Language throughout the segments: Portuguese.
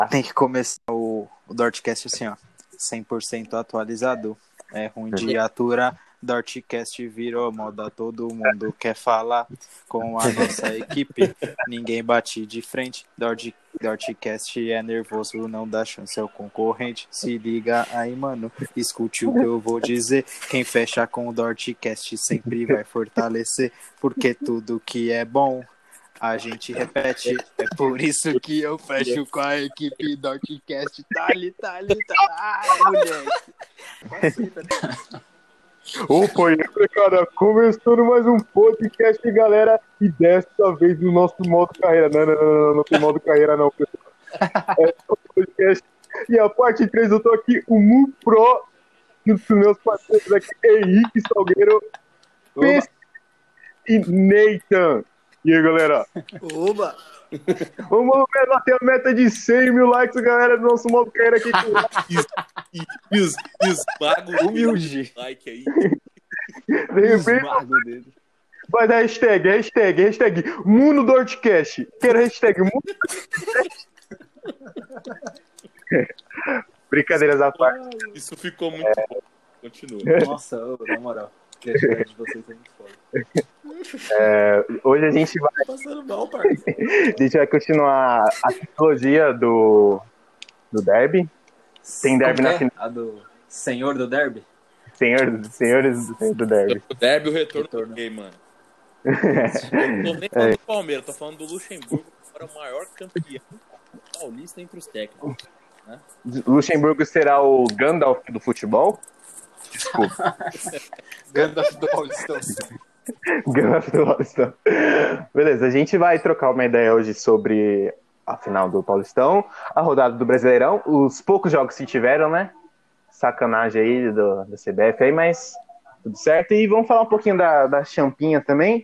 Tem que começar o Dortcast assim, ó. 100% atualizado. É ruim de aturar. Dortcast virou moda, todo mundo quer falar com a nossa equipe. Ninguém bate de frente. Dortcast é nervoso, não dá chance ao concorrente. Se liga aí, mano. Escute o que eu vou dizer. Quem fecha com o Dortcast sempre vai fortalecer. Porque tudo que é bom a gente repete, é por isso que eu fecho com a equipe Dortcast. Ai, moleque. Opa, e aí, cara, começando mais um podcast, galera, e dessa vez no nosso modo carreira. Não tem modo carreira não, pessoal. É o podcast. E a parte 3 eu tô aqui, o Mu Pro, junto com meus parceiros aqui, Henrique Salgueiro, Pes e Nathan. E aí, galera? Oba! Vamos bater a meta de 100 mil likes, galera, do nosso modo carreira aqui. E os magos humilde. Like aí. Vai dar hashtag Mundo Dortcast. Quero hashtag Mundo Dortcast. Brincadeiras à parte. Isso ficou muito bom. Continua. Nossa, na moral. A criatividade de vocês é muito foda. Hoje a gente vai. Passando mal, parça. A gente vai continuar a trilogia do Derby. Tem Derby na final. A do Senhor do Derby? Senhores do Derby. O Derby, o retorno do gay, mano. Eu não tô nem falando do Palmeiras, tô falando do Luxemburgo, que era o maior campeão paulista entre os técnicos. Né? Luxemburgo será o Gandalf do futebol? Desculpa. Gandalf do Paulistão. Gandalf do Paulistão. Beleza, a gente vai trocar uma ideia hoje sobre a final do Paulistão, a rodada do Brasileirão, os poucos jogos que tiveram, né? Sacanagem aí da CBF aí, mas tudo certo. E vamos falar um pouquinho da Champinha também.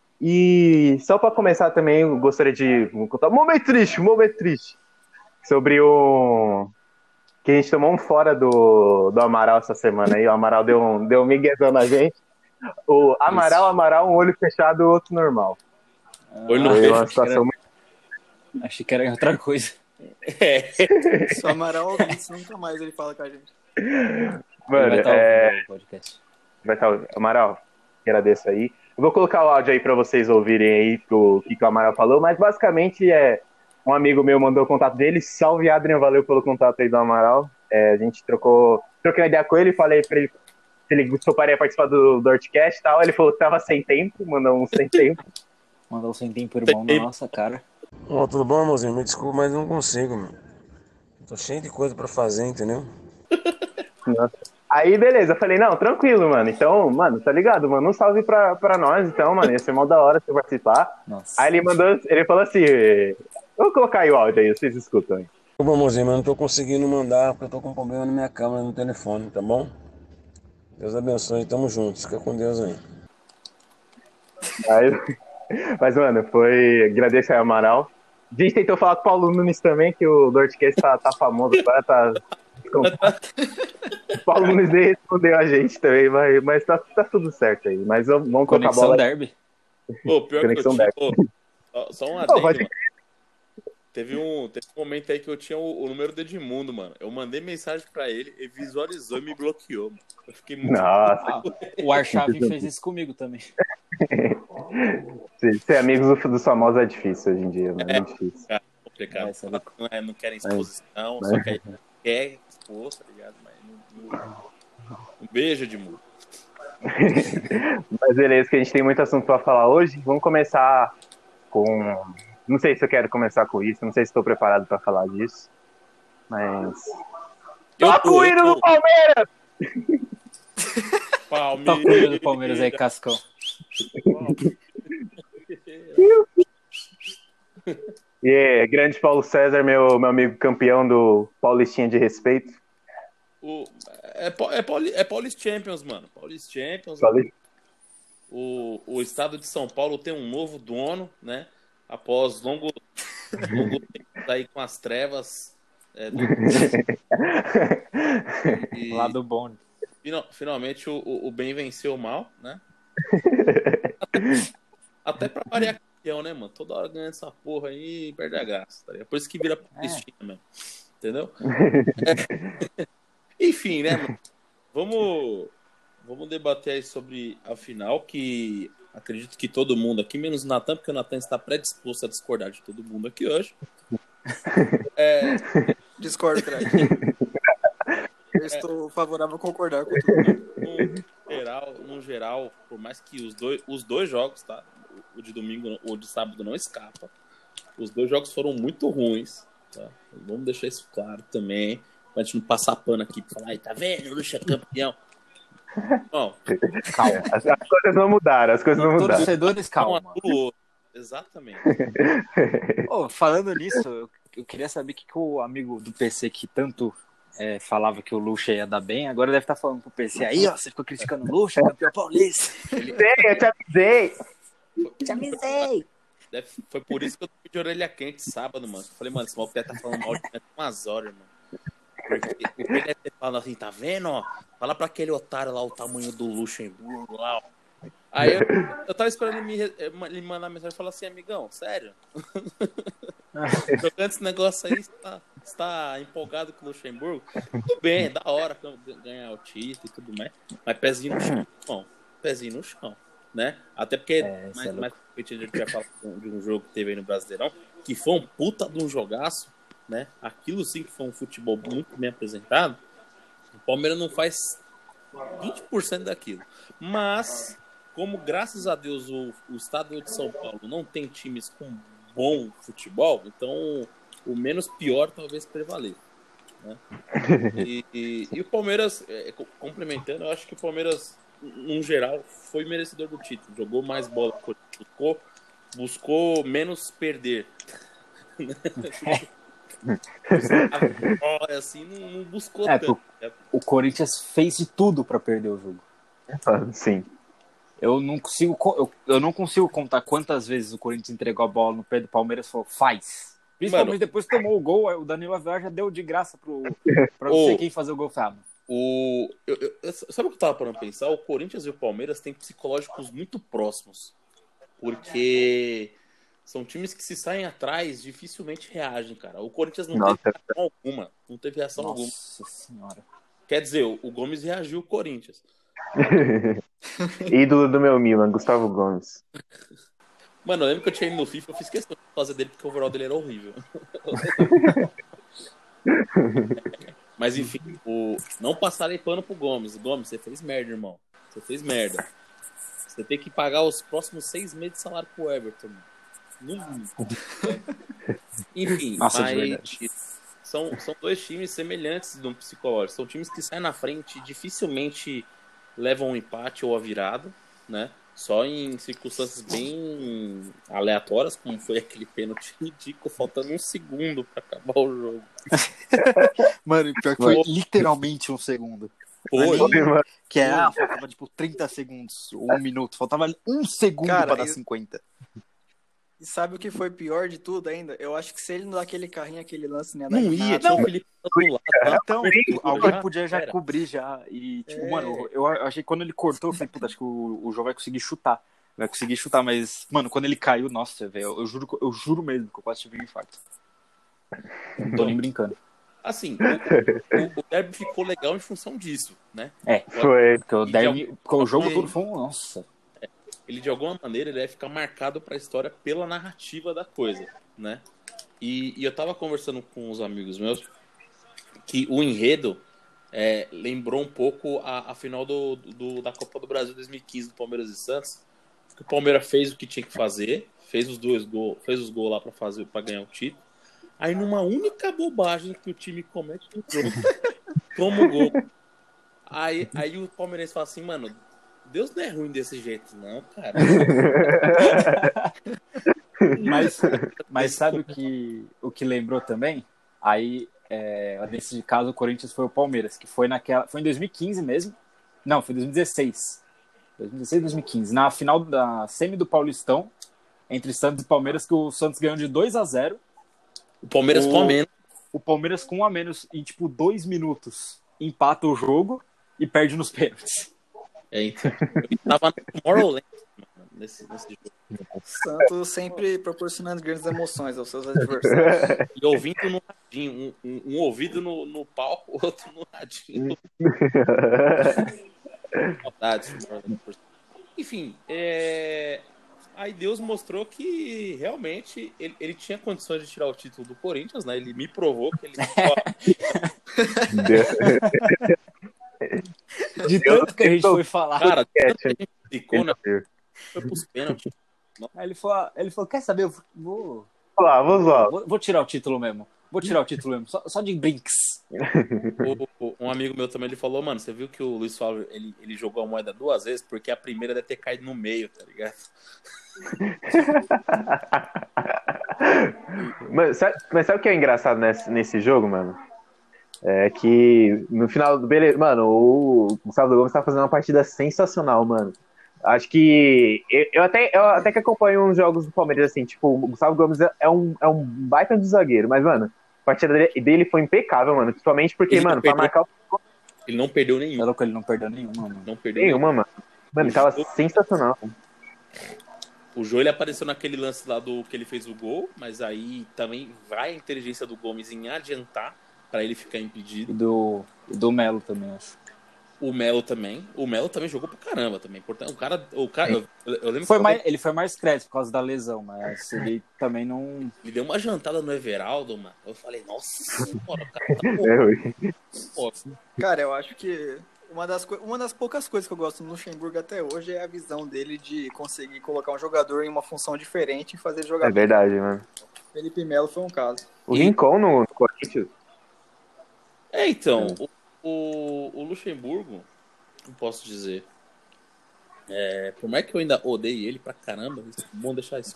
E só para começar também, eu gostaria de contar um momento triste, sobre o que a gente tomou um fora do Amaral essa semana aí. O Amaral deu um miguezão na gente. O Amaral, um olho fechado, o outro normal. Olho no Foi fecho, uma situação muito... Achei que era outra coisa. Se o Amaral ouvir isso, nunca mais ele fala com a gente. Mano, o podcast. vai estar Amaral, agradeço aí. Eu vou colocar o áudio aí pra vocês ouvirem aí o que o Amaral falou, mas basicamente um amigo meu mandou o contato dele. Salve, Adrian, valeu pelo contato aí do Amaral. A gente troquei uma ideia com ele, falei pra ele se ele toparia participar do Dortcast e tal. Ele falou que tava sem tempo, mandou um sem tempo. Mandou um sem tempo, irmão, na nossa cara. Tudo bom, amorzinho? Me desculpa, mas não consigo, meu. Tô cheio de coisa pra fazer, entendeu? Nossa. Aí, beleza, eu falei, não, tranquilo, mano. Então, mano, tá ligado, mano? Um salve pra nós, então, mano. Ia ser mó da hora você participar. Nossa. Aí ele falou assim, eu vou colocar aí o áudio aí, vocês escutam aí. Desculpa, amorzinho, mas não tô conseguindo mandar porque eu tô com um problema na minha câmera no telefone, tá bom? Deus abençoe, tamo juntos. Fica com Deus aí. Mas, mano, agradeço aí ao Amaral. A gente tentou falar com o Paulo Nunes também, que o Dortcast tá famoso agora, tá... O Paulo Nunes nem respondeu a gente também, mas tá tudo certo aí. Mas vamos colocar a bola. Derby. Pô, pior Conexão que eu tinha... Só um adendo, mano. Teve um momento aí que eu tinha o número do Edmundo, mano. Eu mandei mensagem pra ele, ele visualizou e me bloqueou, mano. Eu fiquei muito... Nossa. O Arshavin fez isso comigo também. Ser amigos dos famosos é difícil hoje em dia, mano. É difícil. É complicado. Não querem exposição, só quer expor, tá ligado? Mas um beijo, Edmundo. Mas beleza, que a gente tem muito assunto pra falar hoje. Vamos começar com... Não sei se eu quero começar com isso, não sei se estou preparado pra falar disso. Mas... Toca o hino do Palmeiras! Toca o hino do Palmeiras aí, Cascão. Grande Paulo César, meu amigo campeão do Paulistinha de Respeito. É Paulist Champions, mano. Paulist Champions. O estado de São Paulo tem um novo dono, né? Após longo tempo aí com as trevas. Lado bom. Finalmente o bem venceu o mal, né? Até pra variar campeão, né, mano? Toda hora ganha essa porra aí e perde a graça, tá ligado? Por isso que vira Palestina mesmo. Entendeu? Enfim, né, mano? Vamos debater aí sobre a final, que acredito que todo mundo aqui, menos o Natan, porque o Natan está predisposto a discordar de todo mundo aqui hoje. Discordo, craque. Eu estou favorável a concordar com tudo. No geral, por mais que os dois jogos, tá? O de domingo ou de sábado não escapa. Os dois jogos foram muito ruins, tá? Vamos deixar isso claro também, pra gente não passar pano aqui pra falar, tá vendo? O Lucha é campeão. Bom, calma. As coisas não mudaram, Torcedores, calma. Exatamente. Falando nisso, eu queria saber o que o amigo do PC que tanto falava que o Lucha ia dar bem, agora deve estar falando pro PC aí, ó, você ficou criticando o Lucha, campeão paulista. Eu te avisei. Te avisei. Foi por isso que eu fui de orelha quente sábado, mano. Eu falei, mano, esse maluco tá falando mal de umas horas, mano. Porque o Pelé deve ter falado assim, tá vendo, ó? Fala pra aquele otário lá o tamanho do Luxemburgo lá, ó. Aí eu tava esperando ele mandar mensagem e falar assim, amigão, sério? Jogando esse negócio aí, você tá empolgado com o Luxemburgo? Tudo bem, da hora ganhar o título e tudo mais. Mas pezinho no chão, né? Até porque mais a gente vai falar de um jogo que teve aí no Brasileirão, que foi um puta de um jogaço, né? Aquilo sim que foi um futebol muito bem apresentado. O Palmeiras não faz 20% daquilo. Mas, como graças a Deus o estado de São Paulo não tem times com bom futebol, então o menos pior talvez prevaleça, né? E o Palmeiras, complementando, eu acho que o Palmeiras, no geral, foi merecedor do título. Jogou mais bola, buscou menos perder. Assim, não buscou tanto. O Corinthians fez de tudo pra perder o jogo. Sim. Eu não consigo contar quantas vezes o Corinthians entregou a bola no pé do Palmeiras e falou, faz. Principalmente depois que tomou o gol, o Danilo Avelar já deu de graça pra não sei quem fazer o gol. Sabe o que eu tava parando pra pensar? O Corinthians e o Palmeiras têm psicológicos muito próximos. Porque são times que se saem atrás, dificilmente reagem, cara. O Corinthians não teve reação alguma. Não teve reação alguma. Nossa senhora. Quer dizer, o Gomes reagiu ao Corinthians. Ídolo do meu Milan, Gustavo Gomes. Mano, eu lembro que eu tinha ido no FIFA, eu fiz questão de fazer dele porque o overall dele era horrível. Mas enfim, não passarem pano pro Gomes. Gomes, você fez merda, irmão. Você fez merda. Você tem que pagar os próximos 6 meses de salário pro Everton. Enfim, nossa, mas são dois times semelhantes no psicológico. São times que saem na frente e dificilmente levam um empate ou a virada, né? Só em circunstâncias bem aleatórias, como foi aquele pênalti ridículo, faltando 1 segundo pra acabar o jogo. Mano, pior que foi literalmente 1 segundo. Foi. Que faltava tipo 30 segundos, ou 1 minuto. Faltava 1 segundo pra dar 50. E sabe o que foi pior de tudo ainda? Eu acho que se ele não dar aquele carrinho, aquele lance, né? Não ia, tinha o Felipe do lado. Então, alguém podia já cobrir já. E, tipo, mano, eu achei que quando ele cortou, eu falei, puta, acho que o João vai conseguir chutar. Mas, mano, quando ele caiu, nossa, velho, eu juro mesmo que eu quase tive um infarto. Não tô nem brincando. Assim, o derby ficou legal em função disso, né? Foi. Porque o jogo todo foi nossa. Ele, de alguma maneira, ele vai ficar marcado pra história pela narrativa da coisa, né? E eu tava conversando com uns amigos meus que o enredo lembrou um pouco a final da Copa do Brasil 2015 do Palmeiras e Santos, que o Palmeiras fez o que tinha que fazer, fez os gols lá pra ganhar o título. Aí, numa única bobagem que o time comete no jogo, toma o gol. Aí o palmeirense fala assim, mano, Deus não é ruim desse jeito, não, cara. Mas sabe o que lembrou também? Aí, nesse caso, o Corinthians foi o Palmeiras, que foi em 2015 mesmo. Não, foi 2016. 2016, 2015. Na final da semi do Paulistão, entre Santos e Palmeiras, que o Santos ganhou de 2-0. O Palmeiras com a menos. O Palmeiras com 1 a menos em, 2 minutos, empata o jogo e perde nos pênaltis. Então, eu tava no Tomorrowland, nesse jogo. Santos sempre proporcionando grandes emoções aos seus adversários. E ouvindo no radinho, um ouvido no palco, outro no radinho. Saudades. Enfim, aí Deus mostrou que realmente ele tinha condições de tirar o título do Corinthians, né? Ele me provou que ele... De tanto que a gente foi falar. Cara, tanto que a gente ficou, né? Foi pros pênaltis. Aí ele falou, quer saber, eu vou tirar o título mesmo. Só de brinks. Um amigo meu também, ele falou, mano, você viu que o Luiz Fábio, ele jogou a moeda 2 vezes, porque a primeira deve ter caído no meio, tá ligado? Mas sabe o que é engraçado nesse jogo, mano? É que no final do... Beleza, mano, o Gustavo Gomes tá fazendo uma partida sensacional, mano. Acho que... Eu até que acompanho uns jogos do Palmeiras, assim, tipo, o Gustavo Gomes é um baita de zagueiro, mas, mano, a partida dele foi impecável, mano. Principalmente porque, Ele mano, pra marcar... Ele não perdeu nenhum. Ele não perdeu nenhuma, mano. Não perdeu nenhuma, mano. Mano, ele tava sensacional. O Jô, ele apareceu naquele lance lá que ele fez o gol, mas aí também vai a inteligência do Gomes em adiantar pra ele ficar impedido. E do Melo também, acho. O Melo também jogou pra caramba também. O cara eu lembro ele foi mais crédito por causa da lesão, mas ele também não... Ele deu uma jantada no Everaldo, mano. Eu falei, nossa senhora, o cara tá bom. Cara, eu acho que uma das poucas coisas que eu gosto do Luxemburgo até hoje é a visão dele de conseguir colocar um jogador em uma função diferente e fazer ele jogar. É verdade, mano. Felipe Melo foi um caso. O Rincon no Corinthians. Então, o Luxemburgo, não posso dizer. Por mais que eu ainda odeie ele pra caramba, é bom deixar isso.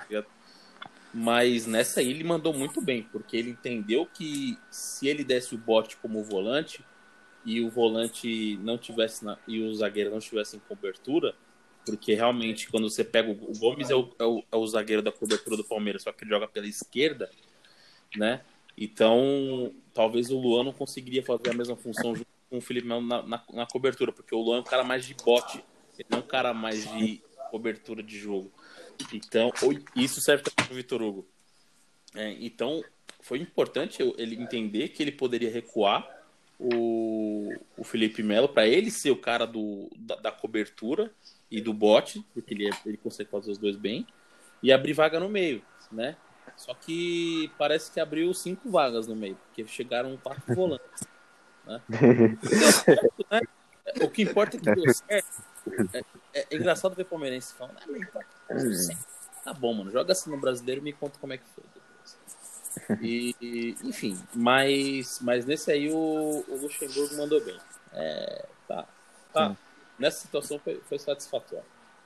Mas nessa aí ele mandou muito bem, porque ele entendeu que se ele desse o bote como volante e o volante não tivesse e o zagueiro não tivesse em cobertura, porque realmente quando você pega o Gomes é o zagueiro da cobertura do Palmeiras, só que ele joga pela esquerda, né? Então, talvez o Luan não conseguiria fazer a mesma função junto com o Felipe Melo na cobertura, porque o Luan é um cara mais de bote, ele não é um cara mais de cobertura de jogo. Então, isso serve também para o Vitor Hugo. Então, foi importante ele entender que ele poderia recuar o Felipe Melo para ele ser o cara da cobertura e do bote, porque ele consegue fazer os dois bem, e abrir vaga no meio, né? Só que parece que abriu 5 vagas no meio, porque chegaram 4 volantes. Né? Deu certo, né? O que importa é que deu certo. É engraçado ver palmeirense falando, tá bom, mano, joga assim no Brasileiro e me conta como é que foi depois. Enfim, mas nesse aí o Luxemburgo mandou bem. Tá. Nessa situação foi satisfatório.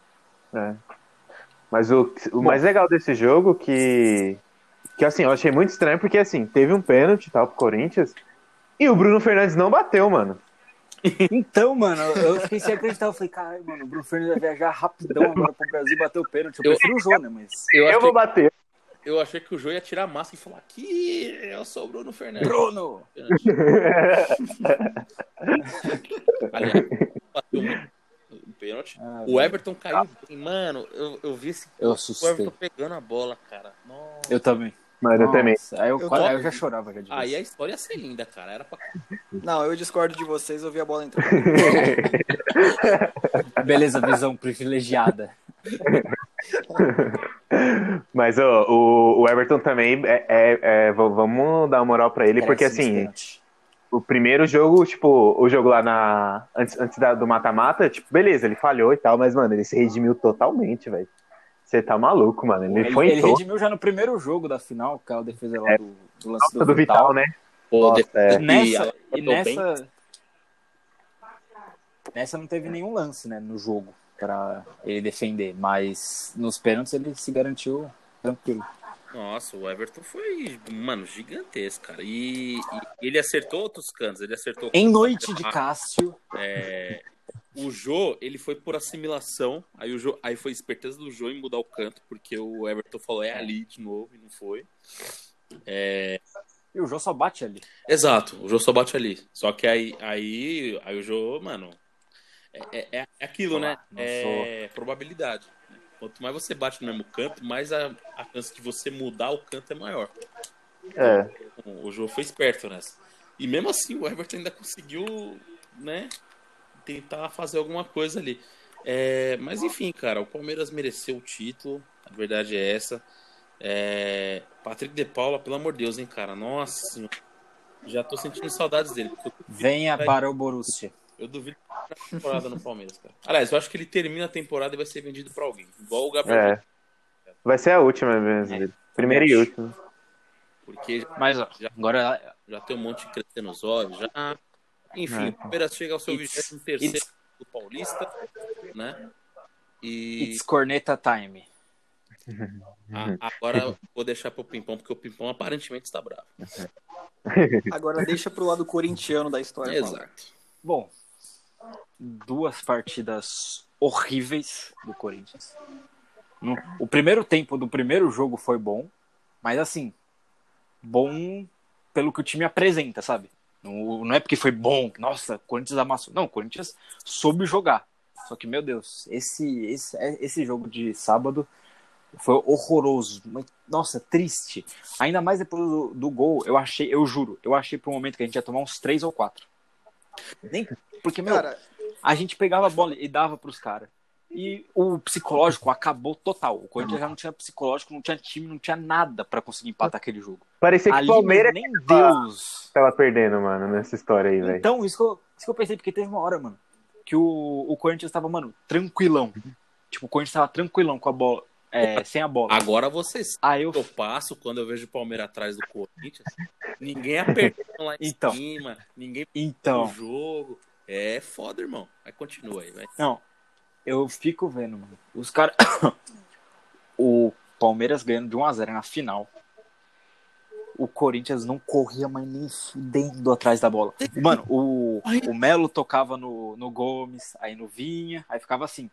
Mas o mais legal desse jogo que assim, eu achei muito estranho, porque assim, teve um pênalti tal pro Corinthians e o Bruno Fernandes não bateu, mano. Então, mano, eu fiquei sem acreditar. Eu falei, caralho, mano, o Bruno Fernandes vai viajar rapidão agora pro Brasil e bater o pênalti. Eu prefiro o Jô, né? Mas eu vou bater. Eu achei que o Jô ia tirar a máscara e falar que eu sou o Bruno Fernandes. Bruno! Aliás, bateu um pênalti. O Everton caiu. Mano, eu vi Eu o assustei. Everton pegando a bola, cara. Nossa. Eu também. Mas eu também. Aí eu já chorava. Aí a história ia ser linda, cara. Era pra... Não, eu discordo de vocês, eu vi a bola entrar. Beleza, visão privilegiada. Mas o Everton também vamos dar uma moral pra ele, porque assim, o primeiro jogo, tipo, o jogo lá antes do mata-mata, tipo, beleza, ele falhou e tal, mas, mano, ele se redimiu totalmente, velho. Você tá maluco, mano. Ele redimiu já no primeiro jogo da final, aquela defesa lá do lance do Vital, né? Nessa não teve nenhum lance, né, no jogo pra ele defender, mas nos pênaltis ele se garantiu tranquilo. Nossa, o Everton foi, mano, gigantesco, cara. E ele acertou outros cantos, ele acertou... Em noite de Cássio. O Jô, ele foi por assimilação, aí foi esperteza do Jô em mudar o canto, porque o Everton falou, ali de novo, e não foi. E o Jô só bate ali. Exato, o Jô só bate ali. Só que aí o Jô, mano, é aquilo, né? Probabilidade. Quanto mais você bate no mesmo canto, mais a chance de você mudar o canto é maior. É. O Jô foi esperto nessa. E mesmo assim, o Everton ainda conseguiu, né, tentar fazer alguma coisa ali. Mas enfim, cara, o Palmeiras mereceu o título. A verdade é essa. Patrick de Paula, pelo amor de Deus, hein, cara. Nossa, já tô sentindo saudades dele. Venha para o Borussia. Eu duvido que ele temporada no Palmeiras, cara. Aliás, eu acho que ele termina a temporada e vai ser vendido pra alguém. Igual o Gabriel. Vai ser a última mesmo. Primeira e última. Porque Mas ó, agora já tem um monte crescendo nos olhos. Já. Enfim, o Palmeiras chega ao seu 23º do Paulista, né? It's corneta time. Agora eu vou deixar pro Pimpão, porque o Pimpão aparentemente está bravo. Agora deixa pro lado corintiano da história. Exato. Bom, 2 partidas horríveis do Corinthians. O primeiro tempo do primeiro jogo foi bom, mas assim, bom pelo que o time apresenta, sabe? Não é porque foi bom, nossa, o Corinthians amassou. Não, o Corinthians soube jogar. Só que, meu Deus, esse jogo de sábado foi horroroso. Nossa, triste. Ainda mais depois do gol, eu achei por um momento que a gente ia tomar uns 3 ou 4. Nem, porque, meu, Cara, a gente pegava a bola e dava pros caras. E o psicológico acabou total. O Corinthians já não tinha psicológico, não tinha time, não tinha nada pra conseguir empatar aquele jogo. Parecia que Ali, o Palmeiras nem Deus tava perdendo, mano, nessa história aí, velho. Então, isso que eu pensei, porque teve uma hora, mano, que o Corinthians tava, mano, tranquilão. Tipo, o Corinthians tava tranquilão com a bola, sem a bola. Agora vocês. Aí Eu passo quando eu vejo o Palmeiras atrás do Corinthians. Ninguém apertando lá em cima, ninguém no jogo. É foda, irmão. Aí continua aí, vai. Não, eu fico vendo, mano. Os caras. O Palmeiras ganhando de 1-0 na final. O Corinthians não corria mais nem fudendo atrás da bola. Mano, o Melo tocava no Gomes, aí no Vinha, aí ficava assim.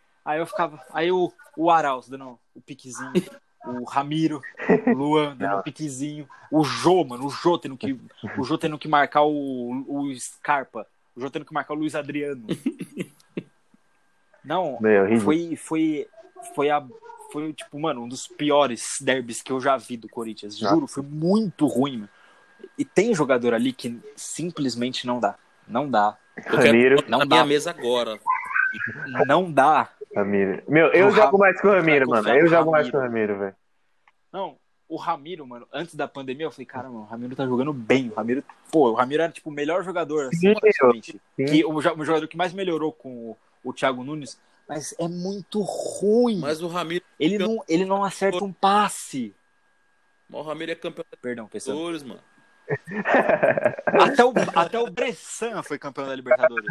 Aí o Arauz dando o piquezinho, o Ramiro, o Luan dando o piquezinho, o Jô, mano, o Jô tendo que marcar o Scarpa, o Jô tendo que marcar o Luiz Adriano. Não, foi tipo, mano, um dos piores derbys que eu já vi do Corinthians. Juro, foi muito ruim, mano. E tem jogador ali que simplesmente não dá. Não dá. Eu quero na minha mesa agora. Não dá. Ramiro. Meu, eu jogo mais com o Ramiro, mano. Eu jogo mais com o Ramiro, velho. Não, o Ramiro, mano, antes da pandemia, eu falei, cara, mano, o Ramiro tá jogando bem. O Ramiro era, tipo, o melhor jogador, assim, praticamente. O jogador que mais melhorou com o Thiago Nunes. Mas é muito ruim. Mas o Ramiro... Ele não acerta um passe. Mas o Ramiro é campeão da Libertadores, mano. Até o Bressan foi campeão da Libertadores.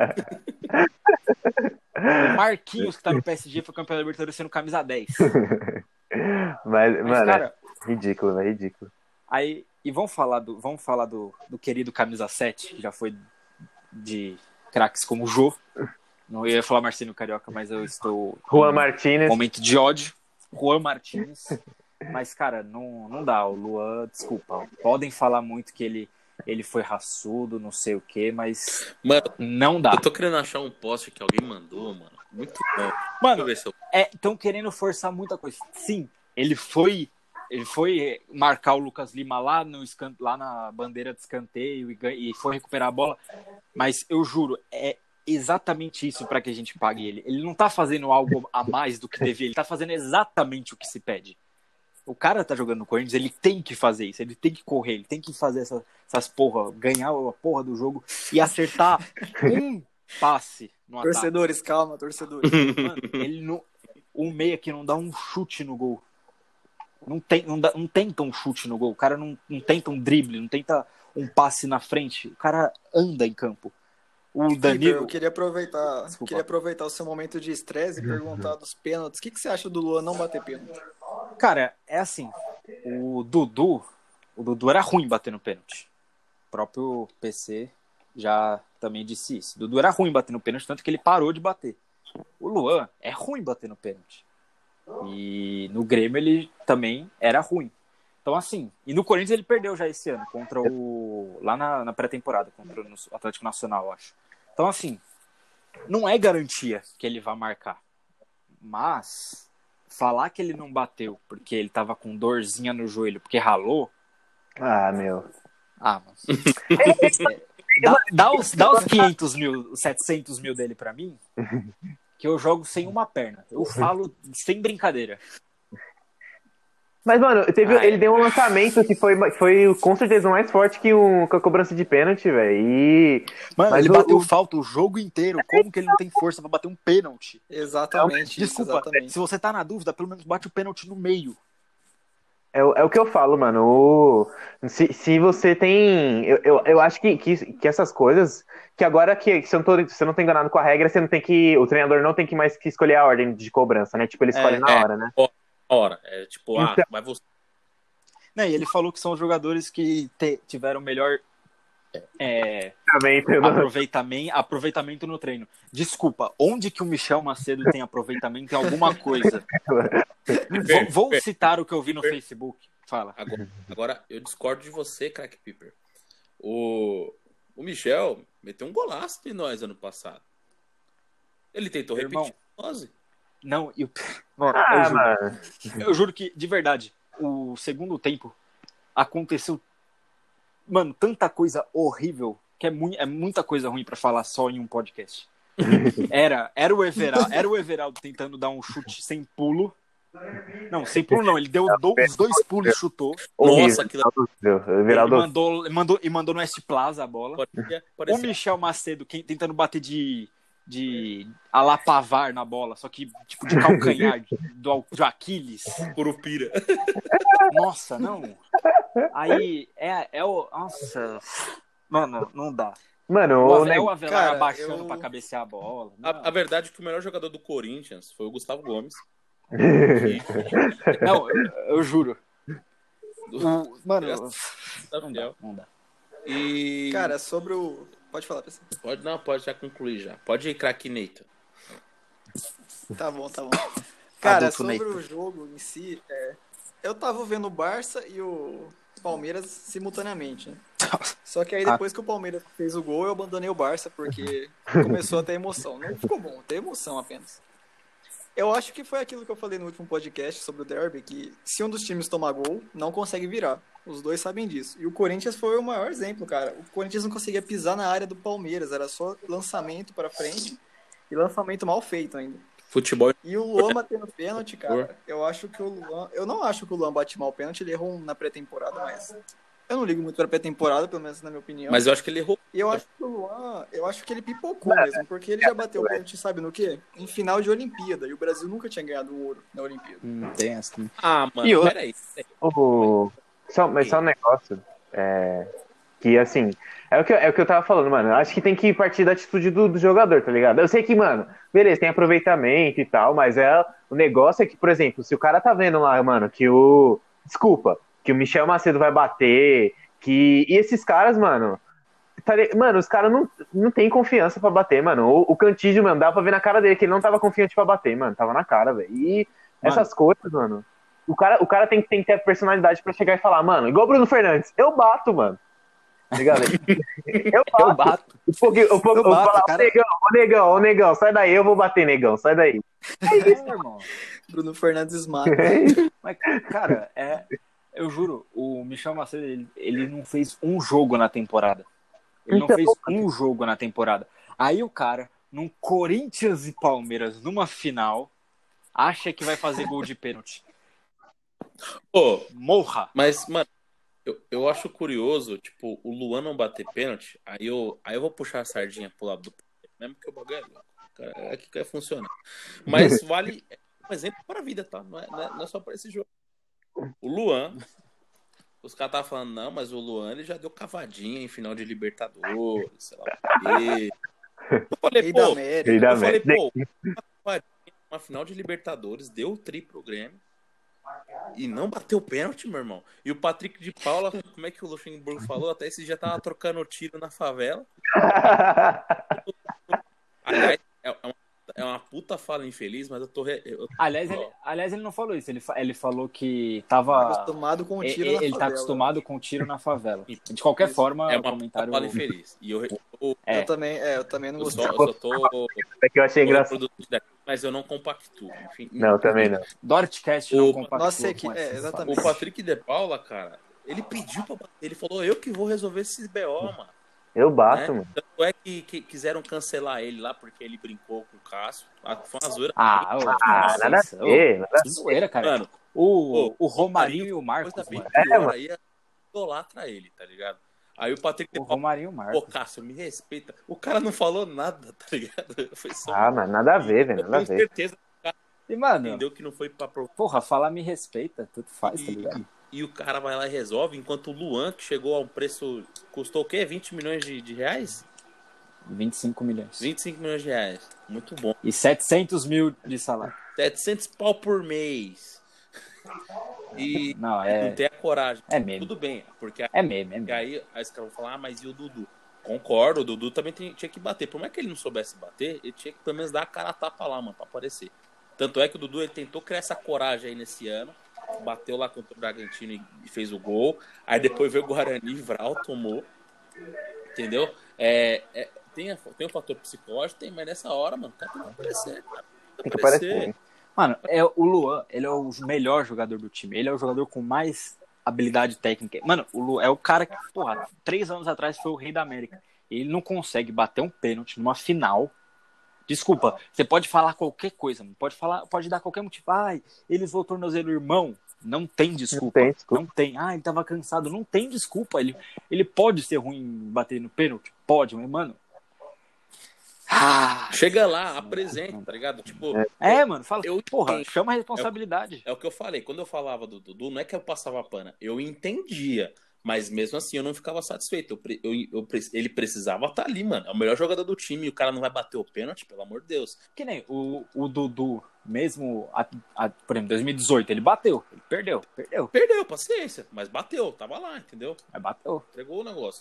O Marquinhos, que tá no PSG, foi campeão da Libertadores sendo camisa 10. Mas mano, cara, ridículo, né? Ridículo. Aí, e vamos falar do querido camisa 7, que já foi de craques como o Jô. Não ia falar Marcinho Carioca, mas eu estou... Juan Martínez. Momento de ódio. Juan Martínez. Mas, cara, não dá. O Luan, desculpa. Podem falar muito que ele foi raçudo, não sei o quê, mas... Mano, não dá. Eu tô querendo achar um post que alguém mandou, mano. Muito bom. Mano, estão querendo forçar muita coisa. Sim, ele foi marcar o Lucas Lima lá na bandeira de escanteio e foi recuperar a bola. Mas eu juro, é exatamente isso para que a gente pague ele. Ele não tá fazendo algo a mais do que devia, ele tá fazendo exatamente o que se pede. O cara tá jogando no Corinthians, ele tem que fazer isso, ele tem que correr, ele tem que fazer essas porra, ganhar a porra do jogo e acertar um passe no ataque. Torcedores, calma, torcedores. Mano, um meia que não dá um chute no gol. Não tenta um chute no gol, o cara não tenta um drible, não tenta um passe na frente, o cara anda em campo. O Danilo... Eu queria aproveitar o seu momento de estresse e perguntar dos pênaltis. O que você acha do Luan não bater pênalti? Cara, é assim, o Dudu era ruim batendo pênalti. O próprio PC já também disse isso. O Dudu era ruim batendo pênalti, tanto que ele parou de bater. O Luan é ruim batendo pênalti. E no Grêmio ele também era ruim. Então, assim, e no Corinthians ele perdeu já esse ano, lá na pré-temporada, contra o Atlético Nacional, eu acho. Então, assim, não é garantia que ele vá marcar. Mas falar que ele não bateu porque ele tava com dorzinha no joelho, porque ralou. Ah, meu. Ah, mano. Dá os 500 mil, os 700 mil dele pra mim, que eu jogo sem uma perna. Eu falo sem brincadeira. Mas, mano, ele deu um lançamento que foi com certeza mais forte que a cobrança de pênalti, velho. Mano, ele bateu falta o jogo inteiro. Como que ele não tem força pra bater um pênalti? Exatamente. Desculpa, exatamente. se você tá na dúvida, pelo menos bate o pênalti no meio. É o que eu falo, mano. Se você tem. Eu acho que essas coisas. Que agora que se eu não tô enganado com a regra, você não tem que. O treinador não tem que mais que escolher a ordem de cobrança, né? Tipo, ele escolhe na hora, né? Hora. É tipo, Então... vai você. Não, e ele falou que são os jogadores que tiveram melhor aproveitamento no treino. Desculpa, onde que o Michel Macedo tem aproveitamento em alguma coisa? Vou citar o que eu vi no Facebook. Fala. Agora eu discordo de você, Crack Piper. O Michel meteu um golaço de nós ano passado. Ele tentou repetir o 11. Não, eu juro que, de verdade, o segundo tempo aconteceu, mano, tanta coisa horrível, que é muita coisa ruim pra falar só em um podcast. Era o Everaldo tentando dar um chute sem pulo. Não, sem pulo não, ele deu os 2 pulos e chutou. Nossa, aquilo... Ele mandou no West Plaza a bola. O Michel Macedo tentando bater de alapavar na bola, só que tipo de calcanhar, de Aquiles. Curupira. Nossa, não. Aí nossa, mano, não dá. Mano, o Avelar abaixando pra cabecear a bola. A verdade é que o melhor jogador do Corinthians foi o Gustavo Gomes. Não, eu juro. Mano, não dá. E... Cara, sobre o... Pode falar, pessoal. Pode já concluir já. Pode ir, craque Neito. Tá bom. Cara, sobre o jogo em si, eu tava vendo o Barça e o Palmeiras simultaneamente, né? Só que aí depois que o Palmeiras fez o gol, eu abandonei o Barça, porque começou a ter emoção. Não ficou bom, ter emoção apenas. Eu acho que foi aquilo que eu falei no último podcast sobre o derby, que se um dos times tomar gol, não consegue virar. Os dois sabem disso. E o Corinthians foi o maior exemplo, cara. O Corinthians não conseguia pisar na área do Palmeiras, era só lançamento pra frente e lançamento mal feito ainda. Futebol. E o Luan batendo pênalti, cara, eu não acho que o Luan bate mal pênalti, ele errou na pré-temporada, mas eu não ligo muito pra pré-temporada, pelo menos na minha opinião. Mas eu acho que ele errou. E eu acho que o Luan, ele pipocou mesmo, porque ele já bateu pênalti, sabe no quê? Em final de Olimpíada, e o Brasil nunca tinha ganhado um ouro na Olimpíada. Tem essa. Mano, peraí. Mas só um negócio, que assim, é o que eu tava falando, mano. Acho que tem que partir da atitude do jogador, tá ligado? Eu sei que, mano, beleza, tem aproveitamento e tal, mas o negócio é que, por exemplo, se o cara tá vendo lá, mano, que o Michel Macedo vai bater, e esses caras, mano, os caras não tem confiança pra bater, mano. O Cantígio, mano, dava pra ver na cara dele que ele não tava confiante pra bater, mano, tava na cara, velho. E essas coisas, mano, o cara tem que ter a personalidade pra chegar e falar, mano, igual o Bruno Fernandes, eu bato, mano. Ligado? Eu bato. Eu bato, cara. Ô negão, sai daí, eu vou bater, negão, sai daí. É isso, irmão. Bruno Fernandes mata. Mas, cara, eu juro, o Michel Macedo, ele não fez um jogo na temporada. Ele não fez um jogo na temporada. Aí o cara, num Corinthians e Palmeiras, numa final, acha que vai fazer gol de pênalti. Morra! Mas, mano, eu acho curioso, tipo, o Luan não bater pênalti, aí eu vou puxar a sardinha pro lado do mesmo que o bagulho é louco. É aqui que vai funcionar. Mas vale um exemplo para a vida, tá? Não é só para esse jogo. O Luan, os caras estavam falando, não, mas o Luan ele já deu cavadinha em final de Libertadores, sei lá o quê. Eu falei, pô, uma final de Libertadores, deu o tri pro Grêmio e não bateu pênalti, meu irmão. E o Patrick de Paula, como é que o Luxemburgo falou? Até esse dia tava trocando tiro na favela. Aliás, é uma puta puta fala infeliz, mas eu tô... Aliás, ele não falou isso. Ele falou que tava... acostumado com o tiro na favela. Ele tá acostumado com o tiro na favela. De qualquer forma, é uma comentário... fala infeliz. E eu também não gostei. Eu só tô... É que eu achei engraçado. Mas eu não compactuo. Enfim, não, também não. Dortcast não compactua. Nossa, exatamente. O Patrick de Paula, cara, ele pediu pra bater. Ele falou, eu que vou resolver esses BO, mano. Eu bato, mano. Tanto é que quiseram cancelar ele lá porque ele brincou com o Cássio. Foi uma zoeira. Nada a ver. Que zoeira, cara. Mano, o Romarinho e o Marcos, mano. Aí idolatra ele, tá ligado? Aí o Patrick o Romarinho e o Marcos. Pô, Cássio, me respeita. O cara não falou nada, tá ligado? Foi só... mas nada a ver, velho. Nada a ver. Com certeza o cara mano, entendeu que não foi pra... Porra, falar me respeita, tudo faz, tá ligado? E o cara vai lá e resolve, enquanto o Luan, que chegou a um preço... Custou o quê? 20 milhões de reais? 25 milhões. 25 milhões de reais. Muito bom. E 700 mil de salário. 700 pau por mês. E não tem a coragem. É meme. Tudo bem, porque é meme. E aí os caras vão falar, mas e o Dudu? Concordo, o Dudu também tinha que bater. Por mais que ele não soubesse bater, ele tinha que pelo menos dar a cara a tapa lá, mano, pra aparecer. Tanto é que o Dudu ele tentou criar essa coragem aí nesse ano. Bateu lá contra o Bragantino e fez o gol. Aí depois veio o Guarani, Vral tomou. Entendeu? Tem um fator psicológico, mas nessa hora, mano, o cara tem que aparecer, cara. Tem que aparecer. Mano, o Luan, ele é o melhor jogador do time. Ele é o jogador com mais habilidade técnica. Mano, o Luan é o cara que, 3 anos atrás foi o rei da América. Ele não consegue bater um pênalti numa final. Desculpa, você pode falar qualquer coisa, mano. Pode dar qualquer motivo. Ele usou o tornozelo, irmão. Não tem desculpa. Não tem. Ele tava cansado. Não tem desculpa. Ele pode ser ruim em bater no pênalti? Pode, mas, mano... Chega lá, apresenta, tá ligado? Tipo, mano, fala, chama a responsabilidade. É o que eu falei, quando eu falava do Dudu, não é que eu passava pano, eu entendia, mas mesmo assim eu não ficava satisfeito. Ele precisava estar ali, mano. É o melhor jogador do time e o cara não vai bater o pênalti, pelo amor de Deus. Que nem o Dudu, mesmo, por exemplo, em 2018, ele bateu, ele perdeu. Perdeu, paciência, mas bateu, tava lá, entendeu? Mas bateu. Entregou o negócio.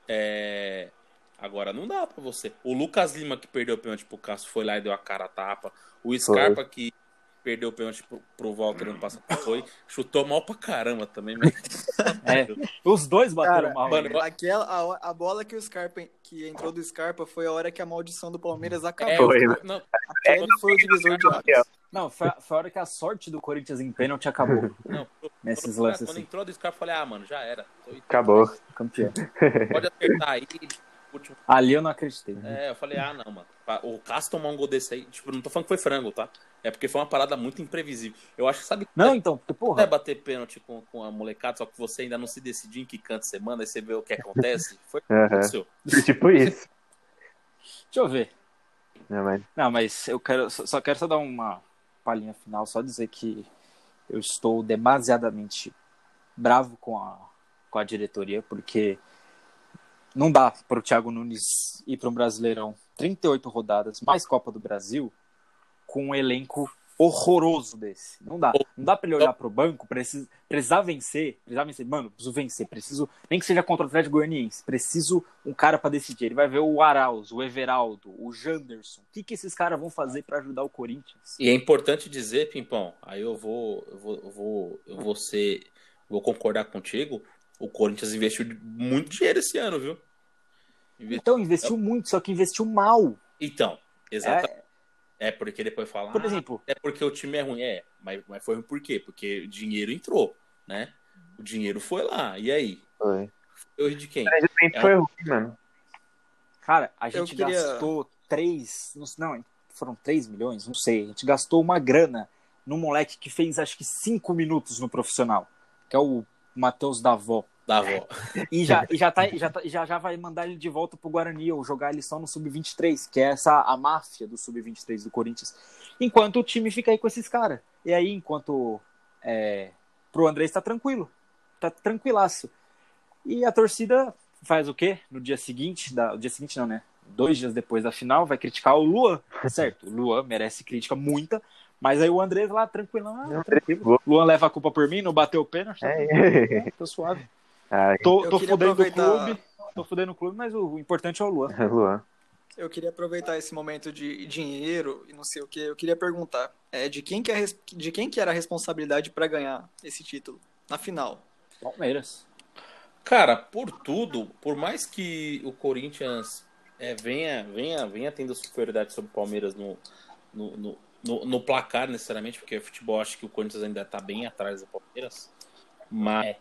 Agora não dá pra você. O Lucas Lima que perdeu o pênalti pro Cássio foi lá e deu a cara a tapa. O Scarpa que perdeu o pênalti pro Walter ano passado chutou mal pra caramba também. Mas... os dois bateram mal. Mano, a bola que o Scarpa que entrou do Scarpa foi a hora que a maldição do Palmeiras acabou. Aquele foi o divisor de águas. Não, foi a hora que a sorte do Corinthians em pênalti acabou. Nesses lances. Quando entrou do Scarpa, eu falei, mano, já era. Acabou. Campeão. Pode acertar aí. Ali eu não acreditei. Eu falei, não, mano. O Cássio tomar um gol desse aí, tipo, não tô falando que foi frango, tá? É porque foi uma parada muito imprevisível. Eu acho que, sabe... Não, então, porque, porra... bater pênalti com a molecada, só que você ainda não se decidiu em que canto você manda, aí você vê o que acontece. Foi o que aconteceu. Tipo isso. Deixa eu ver. Não, mas eu só quero dar uma palhinha final, só dizer que eu estou demasiadamente bravo com a diretoria, porque... Não dá para o Thiago Nunes ir para um Brasileirão 38 rodadas, mais Copa do Brasil, com um elenco horroroso desse. Não dá. Não dá para ele olhar para o banco, precisar vencer. Mano, preciso vencer. Nem que seja contra o Atlético Goianiense. Preciso um cara para decidir. Ele vai ver o Arauz, o Everaldo, o Janderson. O que esses caras vão fazer para ajudar o Corinthians? E é importante dizer, Pimpão, aí eu vou concordar contigo. O Corinthians investiu muito dinheiro esse ano, viu? Então, investiu muito, só que investiu mal. Então, exatamente. Porque depois fala... Por exemplo... É porque o time é ruim. Mas foi ruim por quê? Porque o dinheiro entrou, né? O dinheiro foi lá. E aí? Foi. Foi de quem? Foi ruim, mano. Cara, a gente gastou 3... Não, foram 3 milhões? Não sei. A gente gastou uma grana num moleque que fez, acho que 5 minutos no profissional. Que é o Matheus Davó. E já vai mandar ele de volta pro Guarani ou jogar ele só no Sub-23, que é a máfia do Sub-23 do Corinthians. Enquanto o time fica aí com esses caras. E aí, enquanto pro André está tranquilo. Tá tranquilaço. E a torcida faz o quê? No dia seguinte, o dia seguinte não, né? 2 dias depois da final, vai criticar o Luan. Certo, o Luan merece crítica muita. Mas aí o Andrés lá, tranquilão, tranquilo. Luan leva a culpa por mim, não bateu o pênalti. Tô suave. Tô fudendo o clube. Tô fudendo o clube, mas o importante é o Luan. eu queria aproveitar esse momento de dinheiro e não sei o que. Eu queria perguntar, de quem que era a responsabilidade para ganhar esse título na final? Palmeiras. Cara, por tudo, por mais que o Corinthians venha tendo superioridade sobre o Palmeiras no placar, necessariamente, porque o futebol acho que o Corinthians ainda tá bem atrás do Palmeiras, mas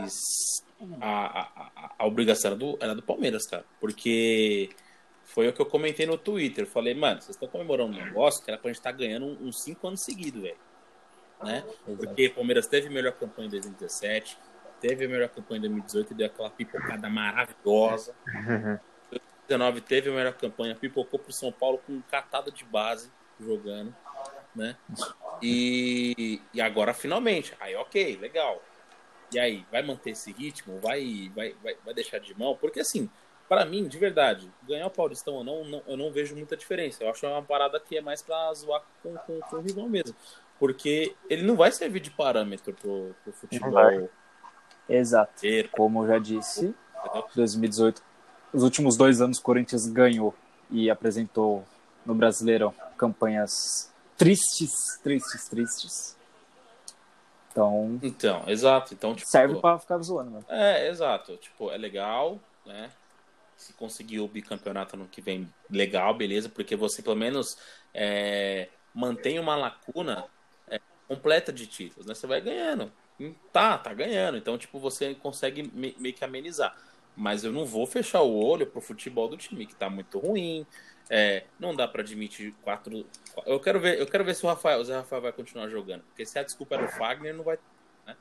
a obrigação era do Palmeiras, cara, porque foi o que eu comentei no Twitter. Eu falei, mano, vocês estão comemorando um negócio que era pra gente estar ganhando uns 5 anos seguidos, velho. Né? Porque o Palmeiras teve a melhor campanha em 2017, teve a melhor campanha em 2018 e deu aquela pipocada maravilhosa. 2019 teve a melhor campanha, pipocou pro São Paulo com um catado de base jogando, né? E agora finalmente, aí ok, legal. E aí, vai manter esse ritmo? Vai deixar de mão? Porque assim, para mim, de verdade, ganhar o Paulistão ou não, eu não vejo muita diferença. Eu acho uma parada que é mais pra zoar com o rival mesmo. Porque ele não vai servir de parâmetro pro futebol. Exato. Como eu já disse, 2018, os últimos 2 anos o Corinthians ganhou e apresentou no Brasileirão campanhas tristes. Então, exato. Então, tipo, serve pra ficar zoando, mano. Exato. Tipo, é legal, né? Se conseguir o bicampeonato ano que vem, legal, beleza, porque você pelo menos mantém uma lacuna completa de títulos, né? Você vai ganhando. Tá ganhando. Então, tipo, você consegue meio que amenizar. Mas eu não vou fechar o olho pro futebol do time, que tá muito ruim. Não dá pra admitir 4. Eu quero ver se o Zé Rafael vai continuar jogando. Porque se a desculpa era o Fagner, não vai. Né?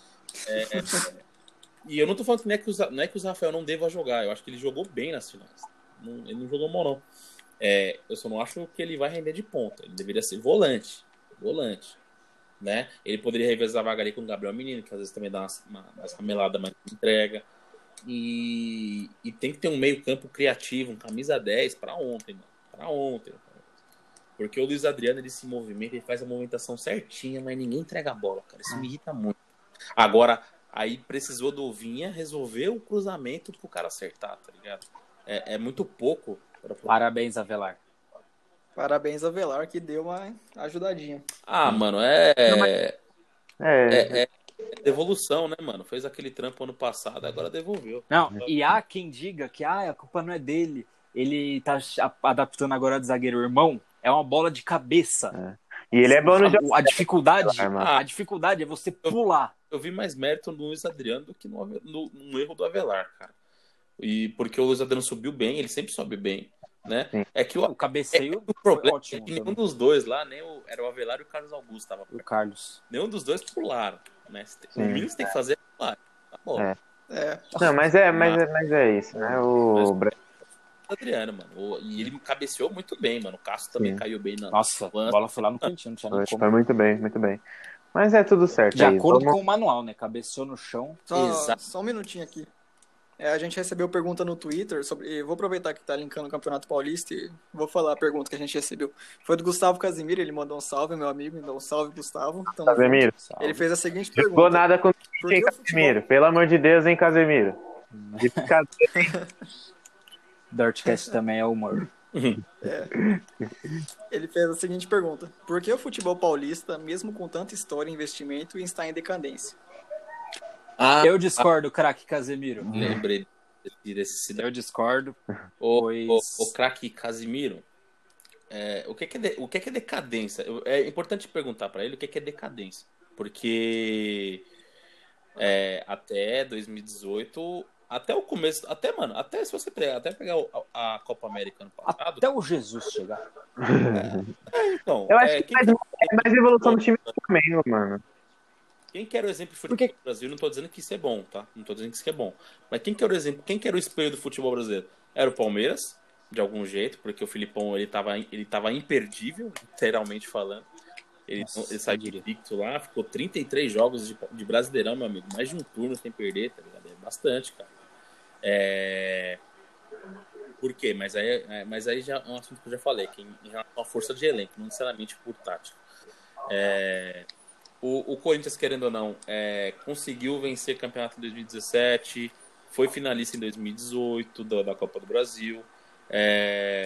E eu não tô falando que não é que o Zé Rafael não deva jogar. Eu acho que ele jogou bem nas finais. Ele não jogou mal, não. Eu só não acho que ele vai render de ponta. Ele deveria ser volante. Né? Ele poderia revezar a vaga ali com o Gabriel Menino, que às vezes também dá umas rameladas, mas não entrega. E tem que ter um meio campo criativo, um camisa 10 para ontem, mano. Para ontem. Porque o Luiz Adriano, ele se movimenta, ele faz a movimentação certinha, mas ninguém entrega a bola, cara. Isso me irrita muito. Agora, aí precisou do Vinha resolver o cruzamento pro cara acertar, tá ligado? É muito pouco. Parabéns, Avelar. Parabéns a Velar, que deu uma ajudadinha. Mano, devolução, né, mano? Fez aquele trampo ano passado, agora devolveu. Não, e há quem diga que a culpa não é dele. Ele tá adaptando agora de zagueiro irmão. É uma bola de cabeça. E ele é bom no jogo. A dificuldade é você pular. Eu vi mais mérito no Luiz Adriano do que no erro do Avelar, cara. E porque o Luiz Adriano subiu bem, ele sempre sobe bem. Né? É que o cabeceio o problema é que nenhum dos dois lá, era o Avelar e o Carlos Augusto tava. O Carlos. Nenhum dos dois pularam, né? O mínimo que você tem que fazer é pular. Tá bom. Não, mas é isso, né? O Adriano, mano. E ele cabeceou muito bem, mano. O Cássio também caiu bem na. Nossa, a bola foi lá no cantinho, não tinha nem como. Foi muito bem. Mas é tudo certo. De acordo com o manual, né? Cabeceou no chão. Só um minutinho aqui. A gente recebeu pergunta no Twitter sobre. Vou aproveitar que tá linkando o Campeonato Paulista e vou falar a pergunta que a gente recebeu. Foi do Gustavo Casimiro, ele mandou um salve, meu amigo. Então, um salve, Gustavo. Então, Casemiro. Ele fez a seguinte pergunta. Não ficou nada com quem, Casemiro? Pelo amor de Deus, hein, Casemiro? Dirtcast também é humor. Ele fez a seguinte pergunta: por que o futebol paulista, mesmo com tanta história e investimento, está em decadência? Eu discordo, craque Casemiro. Lembrei desse Eu discordo. O craque Casemiro, o que é decadência? É importante perguntar para ele o que é decadência. Porque até 2018, até o começo, até se você pegar a Copa América ano passado. Até o Jesus chegar. Então, eu acho que é mais evolução do time do Flamengo, mano. Quem que era o exemplo de futebol do Brasil? Não tô dizendo que isso é bom, tá? Não tô dizendo que isso é bom. Mas quem que era o exemplo? Quem que era o espelho do futebol brasileiro? Era o Palmeiras, de algum jeito, porque o Filipão, ele tava imperdível, literalmente falando. Ele saiu de invicto lá, ficou 33 jogos de Brasileirão, meu amigo. Mais de um turno sem perder, tá ligado? É bastante, cara. Por quê? Mas aí já é um assunto que eu já falei, que em relação à força de elenco, não necessariamente por tática. O Corinthians, querendo ou não, conseguiu vencer o campeonato em 2017, foi finalista em 2018 da Copa do Brasil,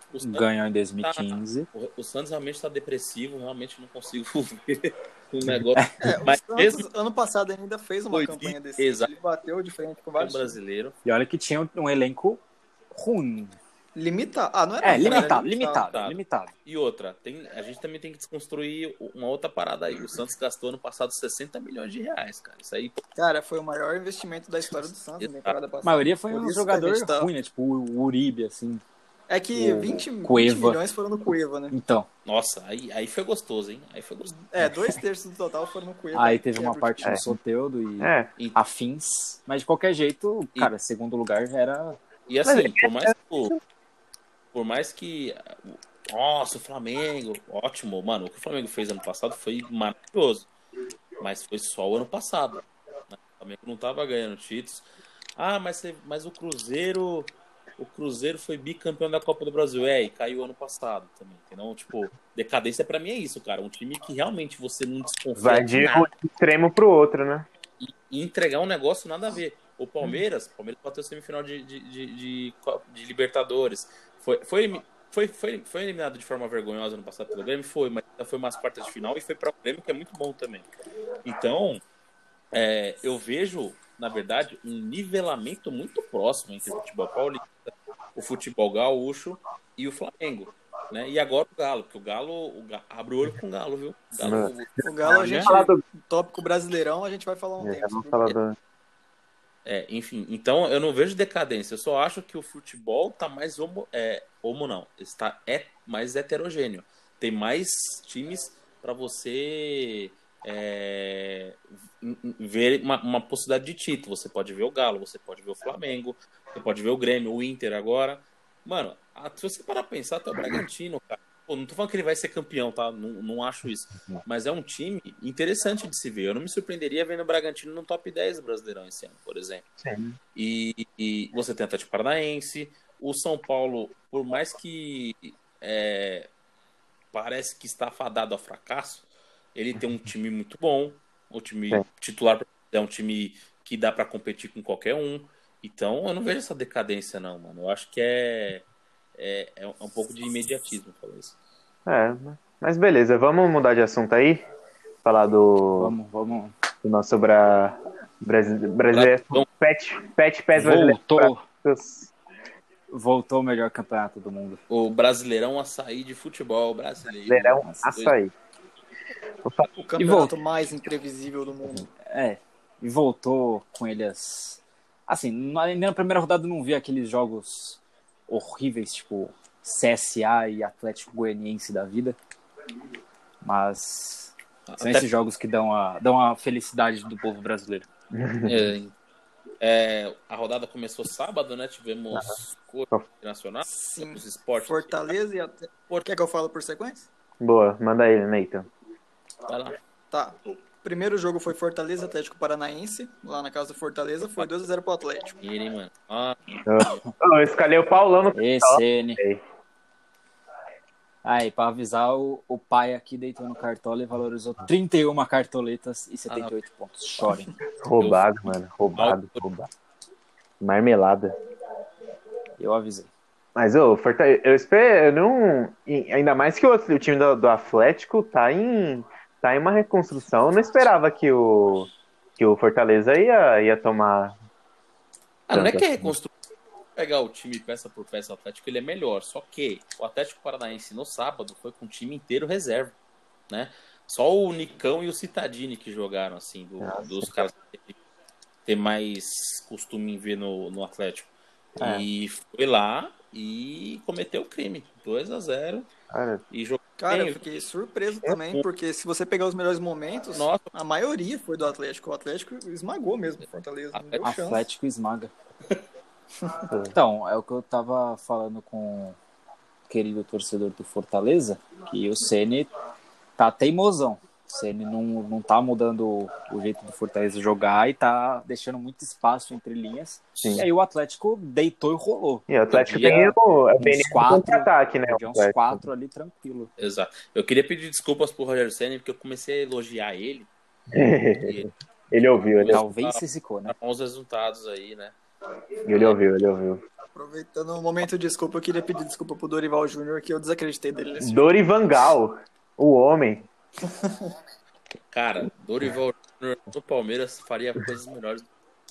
ganhou em 2015. O Santos realmente está depressivo, realmente não consigo ver o negócio. Mas o Santos, ano passado, ainda fez uma campanha desse. Ele bateu de frente com vários brasileiro. E olha que tinha um elenco ruim. Limitado. Não era limitado. E outra, a gente também tem que desconstruir uma outra parada aí. O Santos gastou ano passado 60 milhões de reais, cara. Isso aí. Cara, foi o maior investimento da história do Santos na temporada passada. A maioria foi um jogador ruim, né? Tipo o Uribe, assim. É que 20 milhões foram no Cueva, né? Então. Nossa, aí foi gostoso, hein? Aí foi gostoso. 2/3 do total foram no Cueva. Aí teve uma parte no Soteldo e afins. Mas de qualquer jeito, cara, segundo lugar era... E assim, por mais que... Nossa, o Flamengo, ótimo. Mano, o que o Flamengo fez ano passado foi maravilhoso. Mas foi só o ano passado. Né? O Flamengo não tava ganhando títulos. Mas o Cruzeiro... O Cruzeiro foi bicampeão da Copa do Brasil. E caiu ano passado também. Entendeu? Tipo, decadência pra mim é isso, cara. Um time que realmente você não desconfia. Vai de um extremo pro outro, né? E entregar um negócio nada a ver. O Palmeiras bateu semifinal de Libertadores. Foi eliminado de forma vergonhosa no passado pelo Grêmio? Foi, mas foi umas quartas de final e foi para o Grêmio, que é muito bom também. Então, eu vejo, na verdade, um nivelamento muito próximo entre o futebol paulista, o futebol gaúcho e o Flamengo. Né? E agora o Galo, porque o Galo abre o olho com o Galo, viu? O Galo, a gente, tópico brasileirão, a gente vai falar um tempo. Enfim, então eu não vejo decadência, eu só acho que o futebol tá mais está mais heterogêneo. Tem mais times para você ver uma possibilidade de título. Você pode ver o Galo, você pode ver o Flamengo, você pode ver o Grêmio, o Inter agora. Mano, se você parar pra pensar, até o Bragantino, cara. Pô, não tô falando que ele vai ser campeão, tá? Não acho isso. Mas é um time interessante de se ver. Eu não me surpreenderia vendo o Bragantino no top 10 do Brasileirão esse ano, por exemplo. Sim. E você tem o Atlético Paranaense, o São Paulo, por mais que parece que está fadado ao fracasso, ele tem um time muito bom. O time titular é um time que dá pra competir com qualquer um. Então, eu não vejo essa decadência, não, mano. Eu acho que é um pouco de imediatismo, falar isso. Mas beleza, vamos mudar de assunto aí? Falar do... Vamos. Do nosso brasileiro. Pet brasileiro. Voltou o melhor campeonato do mundo. O Brasileirão Açaí de futebol brasileiro. Brasileirão Açaí. O campeonato mais imprevisível do mundo. E voltou com eles... Assim, ainda na primeira rodada eu não vi aqueles jogos horríveis, tipo CSA e Atlético Goianiense da vida. Mas são esses jogos que dão a felicidade do povo brasileiro. A rodada começou sábado, né? Tivemos Nacional, sim, esportes. Fortaleza e até... Quer que eu falo por sequência? Boa, manda aí, Neita. Vai lá. Tá. O primeiro jogo foi Fortaleza Atlético Paranaense, lá na casa do Fortaleza, foi 2-0 pro Atlético. Ele, mano. Eu escalei o Paulão no Esse, Aí, pra avisar, o pai aqui deitou no cartola e valorizou 31 cartoletas e 78 pontos. Chorem. Roubado, mano. Roubado. Marmelada. Eu avisei. Mas eu espero, não, ainda mais que o time do Atlético tá em uma reconstrução. Eu não esperava que o Fortaleza ia tomar. Não é que é reconstrução. Pegar o time peça por peça, o Atlético ele é melhor. Só que o Atlético Paranaense no sábado foi com o time inteiro reserva, né? Só o Nicão e o Cittadini que jogaram assim, dos caras que tem mais costume em ver no Atlético. E foi lá e cometeu o crime. 2-0. E jogou. Cara, eu fiquei surpreso também, porque se você pegar os melhores momentos, a maioria foi do Atlético. O Atlético esmagou mesmo o Fortaleza. Não deu chance. Atlético esmaga. Então, é o que eu tava falando com o querido torcedor do Fortaleza, que o Ceni tá teimosão. O Ceni não tá mudando o jeito do Fortaleza jogar e tá deixando muito espaço entre linhas. Sim. E aí o Atlético deitou e rolou. E o Atlético tem o contra-ataque, né? Uns 4 ali, tranquilo. Exato. Eu queria pedir desculpas pro Rogério Ceni, porque eu comecei a elogiar ele. Ele ouviu. Talvez se secou, né? Com os resultados aí, né? Ele ouviu. Aproveitando o momento de desculpa, eu queria pedir desculpa pro Dorival Júnior, que eu desacreditei dele nesse jogo. Dorivangal, o homem. Cara, Dorival Júnior no Palmeiras faria coisas melhores.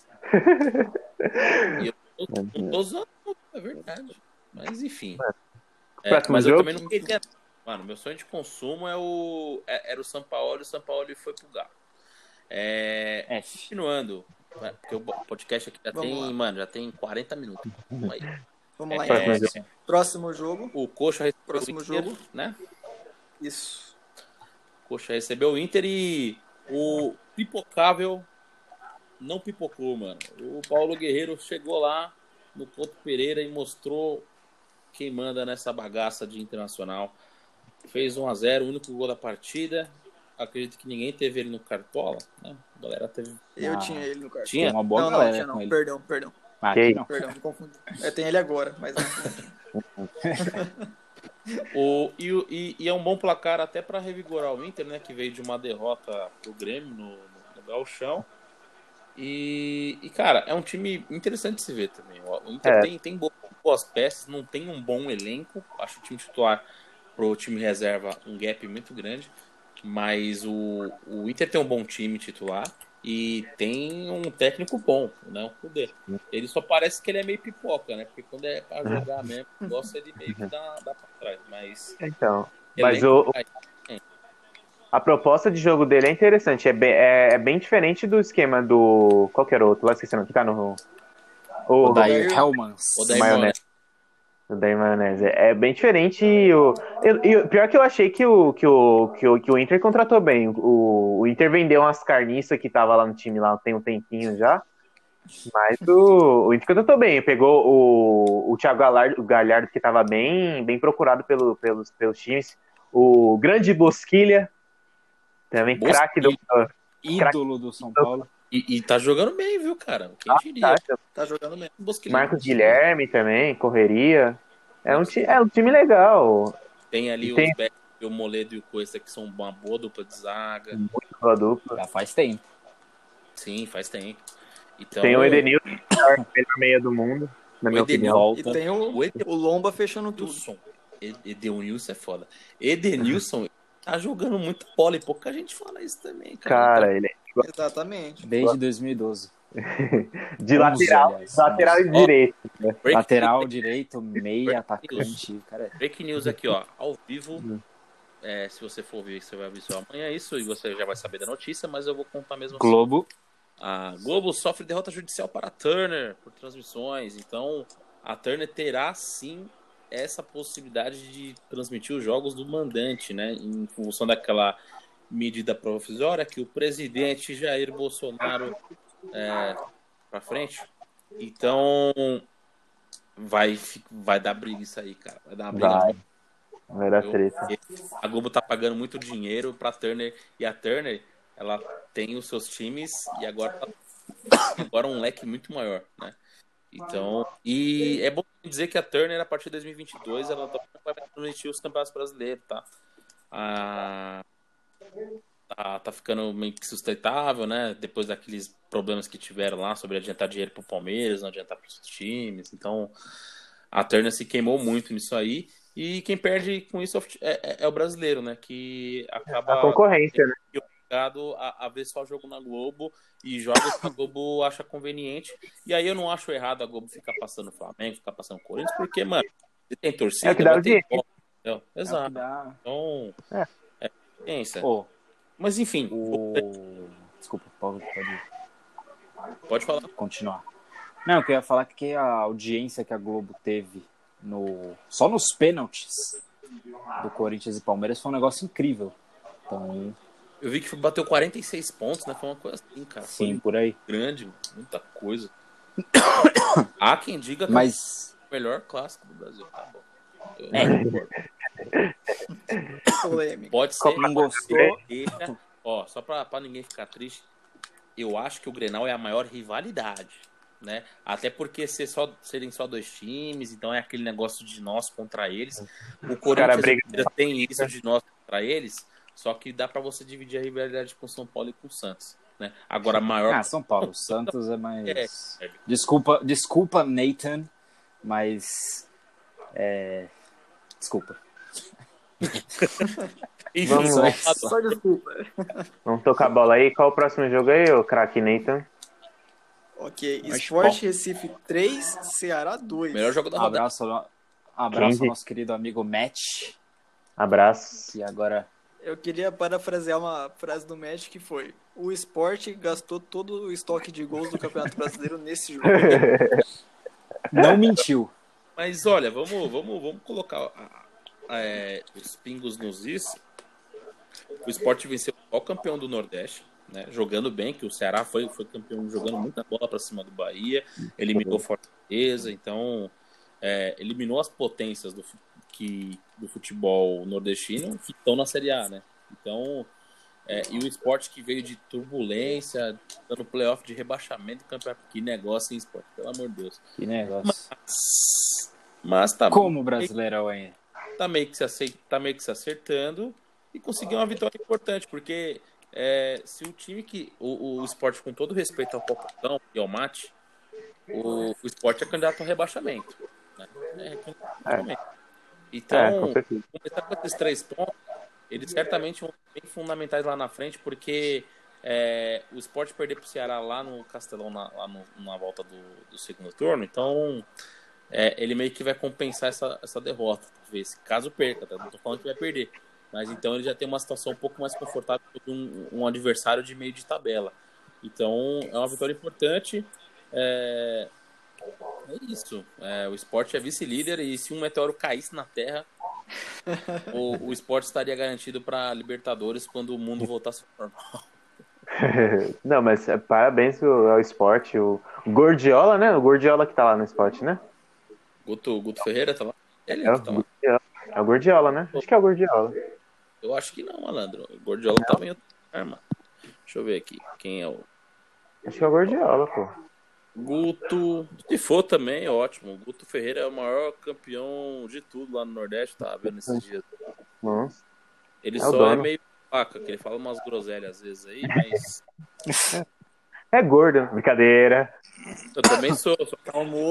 E eu não tô zoando, é verdade. Mas enfim. Mas eu também não queria. Mano, meu sonho de consumo era o Sampaoli, e o Sampaoli foi pro Galo. Continuando. Porque o podcast aqui já tem 40 minutos. Vamos lá, então. Próximo jogo. O Coxa recebeu Próximo o Inter, jogo. né? Isso. O Coxa recebeu o Inter e o pipocável não pipocou, mano. O Paulo Guerreiro chegou lá no Couto Pereira e mostrou quem manda nessa bagaça de Internacional. Fez 1-0, o único gol da partida. Acredito que ninguém teve ele no Cartola, né? A galera teve. Eu tinha ele no Cartola. Tinha uma boa galera não. com ele. Perdão. Perdão, me confundi. Tem ele agora, mas não. E é um bom placar até para revigorar o Inter, né? Que veio de uma derrota pro Grêmio no Gauchão. E, cara, é um time interessante de se ver também. O Inter tem boas peças, não tem um bom elenco. Acho o time titular pro time reserva um gap muito grande. Mas o Inter tem um bom time titular e tem um técnico bom, né? O Kudê. Ele só parece que ele é meio pipoca, né? Porque quando é pra jogar mesmo, gosta de meio que dar pra trás. Mas a proposta de jogo dele é interessante. É bem diferente do esquema do... Qual que era o outro? Lá esqueci o nome, que tá no... O Dair Hellmans. O Dair Maionese. É bem diferente. Pior que eu achei que o Inter contratou bem. O Inter vendeu umas carniças que tava lá no time lá tem um tempinho já. Mas o Inter contratou bem. Pegou o Thiago Galhardo, que tava bem procurado pelos times. O grande Bosquilha. Também craque do... ídolo do São Paulo. E tá jogando bem, viu, cara? Quem diria? Tá jogando bem. Marcos Guilherme também, correria. É um time legal. Tem ali os Beck, o Moledo e o Cuesta, que são uma boa dupla de zaga. Muito boa dupla. Já faz tempo. Sim, faz tempo. Então, tem o Edenilson, melhor meia do mundo, na minha opinião. E tem o Lomba fechando tudo. Edenilson é foda. Edenilson tá jogando muita bola e pouca gente fala isso também, cara. Cara, ele é... Exatamente. Desde 2012. De lateral e direito. Né? Lateral direito, meia, atacante. Cara. Break news aqui, ó. Ao vivo. Se você for ver, você vai ver só amanhã isso e você já vai saber da notícia, mas eu vou contar mesmo assim. Globo. A Globo sofre derrota judicial para a Turner por transmissões. Então, a Turner terá sim essa possibilidade de transmitir os jogos do mandante, né? Em função daquela medida provisória que o presidente Jair Bolsonaro para frente. Então vai dar briga isso aí, cara. Vai dar uma briga. Vai dar treta. A Globo tá pagando muito dinheiro pra Turner e a Turner, ela tem os seus times e agora um leque muito maior, né? Então, e é bom dizer que a Turner, a partir de 2022, ela vai transmitir os campeonatos brasileiros, tá? Tá ficando meio que sustentável, né? Depois daqueles problemas que tiveram lá sobre adiantar dinheiro pro Palmeiras, não adiantar pros outros Então, a Turner se queimou muito nisso aí. E quem perde com isso é o brasileiro, né? Que acaba... A concorrência, né? Obrigado a ver só jogo na Globo e jogos que a Globo acha conveniente. E aí eu não acho errado a Globo ficar passando o Flamengo, ficar passando o Corinthians, porque, mano, se tem torcida... É o que dá o dinheiro. Exato. Então, pensa. Mas enfim. Desculpa, pode falar. Continuar. Não, eu queria falar que a audiência que a Globo teve só nos pênaltis do Corinthians e Palmeiras foi um negócio incrível. Então... Eu vi que bateu 46 pontos, né? Foi uma coisa assim, cara. Sim, foi por aí. Grande, muita coisa. Há quem diga que é o melhor clássico do Brasil. Tá bom. Pode ser. Não gostou. Só pra ninguém ficar triste, eu acho que o Grenal é a maior rivalidade, né? Até porque serem só dois times, então é aquele negócio de nós contra eles. O Corinthians tem isso de nós contra eles, só que dá pra você dividir a rivalidade com o São Paulo e com o Santos, né? Agora a maior... São Paulo. Santos é mais... Desculpa, Nathan, Mas, desculpa. Vamos lá. Só desculpa. Vamos tocar a bola aí. Qual o próximo jogo aí, ô craque Nathan? Ok, Sport Recife 3, Ceará 2. Melhor jogo da rodada. Abraço ao nosso querido amigo Matt. Abraço. Que agora... Eu queria parafrasear uma frase do Matt que foi: o Sport gastou todo o estoque de gols do Campeonato Brasileiro nesse jogo. Não mentiu. Mas olha, vamos colocar os pingos nos is. O Sport venceu o campeão do Nordeste, né, jogando bem, que o Ceará foi campeão jogando muita bola para cima do Bahia, eliminou Fortaleza, então eliminou as potências do futebol nordestino que estão na Série A, né? Então, e o Sport que veio de turbulência, dando playoff de rebaixamento do campeonato. Que negócio, hein, Sport? Pelo amor de Deus. Que negócio. Mas tá como Brasileirão ainda. Tá meio que se acertando e conseguiu uma vitória importante, porque se o time que... O Sport, com todo respeito ao Copacão e ao Mate, o Sport é candidato ao rebaixamento. Né? Então, começar com esses 3 pontos, eles certamente vão ser bem fundamentais lá na frente, porque o Sport perder para o Ceará lá no Castelão, na volta do segundo turno, então ele meio que vai compensar essa derrota, talvez, caso perca, tá? Não estou falando que vai perder, mas então ele já tem uma situação um pouco mais confortável com um adversário de meio de tabela. Então, é uma vitória importante. É isso. O Sport é vice-líder e se um meteoro caísse na Terra, o Sport estaria garantido para Libertadores quando o mundo voltasse ao normal. Não, mas parabéns ao Sport. O Gordiola, né? O Gordiola que tá lá no Sport, né? Guto Ferreira tá lá? Ele que tá lá. É o Gordiola, né? Acho que é o Gordiola. Eu acho que não, malandro. O Gordiola tava em outro lugar, mano. Deixa eu ver aqui. Quem é o... Acho que é o Gordiola, pô. Guto, se for também, ótimo. O Guto Ferreira é o maior campeão de tudo lá no Nordeste, tá vendo esses dias. Nossa. Ele só é meio vaca, que ele fala umas groselhas às vezes aí, mas... É gordo, brincadeira. Eu também sou calmo.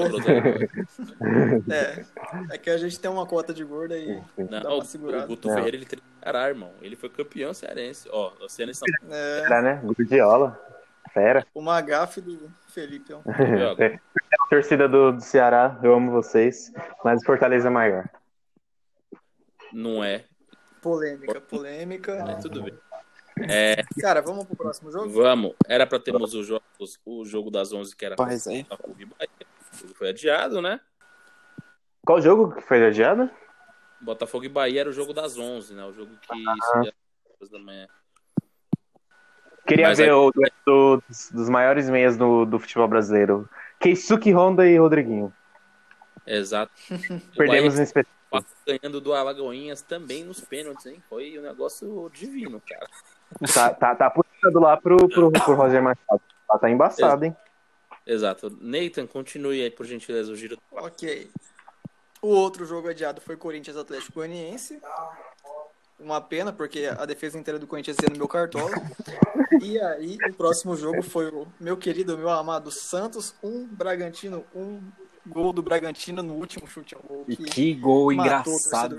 É que a gente tem uma cota de gordo aí. Não, o Guto Ferreira, ele tem caralho, irmão. Ele foi campeão cearense. Ó, o cearense... né? Gordiola. Fera. Uma gafe do Felipe. A torcida do Ceará, eu amo vocês, mas Fortaleza é maior. Não é. Polêmica. Tudo bem. Cara, vamos pro próximo jogo? Vamos. Era pra termos o jogo das 11, que era Botafogo e Bahia. O jogo foi adiado, né? Qual jogo que foi adiado? Botafogo e Bahia era o jogo das 11, né? O jogo que seria às 2 da manhã. Queria ver o duelo dos maiores meias do futebol brasileiro. Keisuke Honda e Rodriguinho. Exato. Perdemos no espetáculo. Ganhando do Alagoinhas também nos pênaltis, hein? Foi um negócio divino, cara. Tá puxando lá pro Roger Machado. Tá embaçado, hein? Exato. Nathan, continue aí, por gentileza, o giro. Ok. O outro jogo adiado foi Corinthians Atlético Goianiense. Uma pena, porque a defesa inteira do Corinthians ia no meu cartola. E aí, o próximo jogo foi o meu querido, meu amado Santos, Bragantino, gol do Bragantino no último chute ao gol. Que gol engraçado.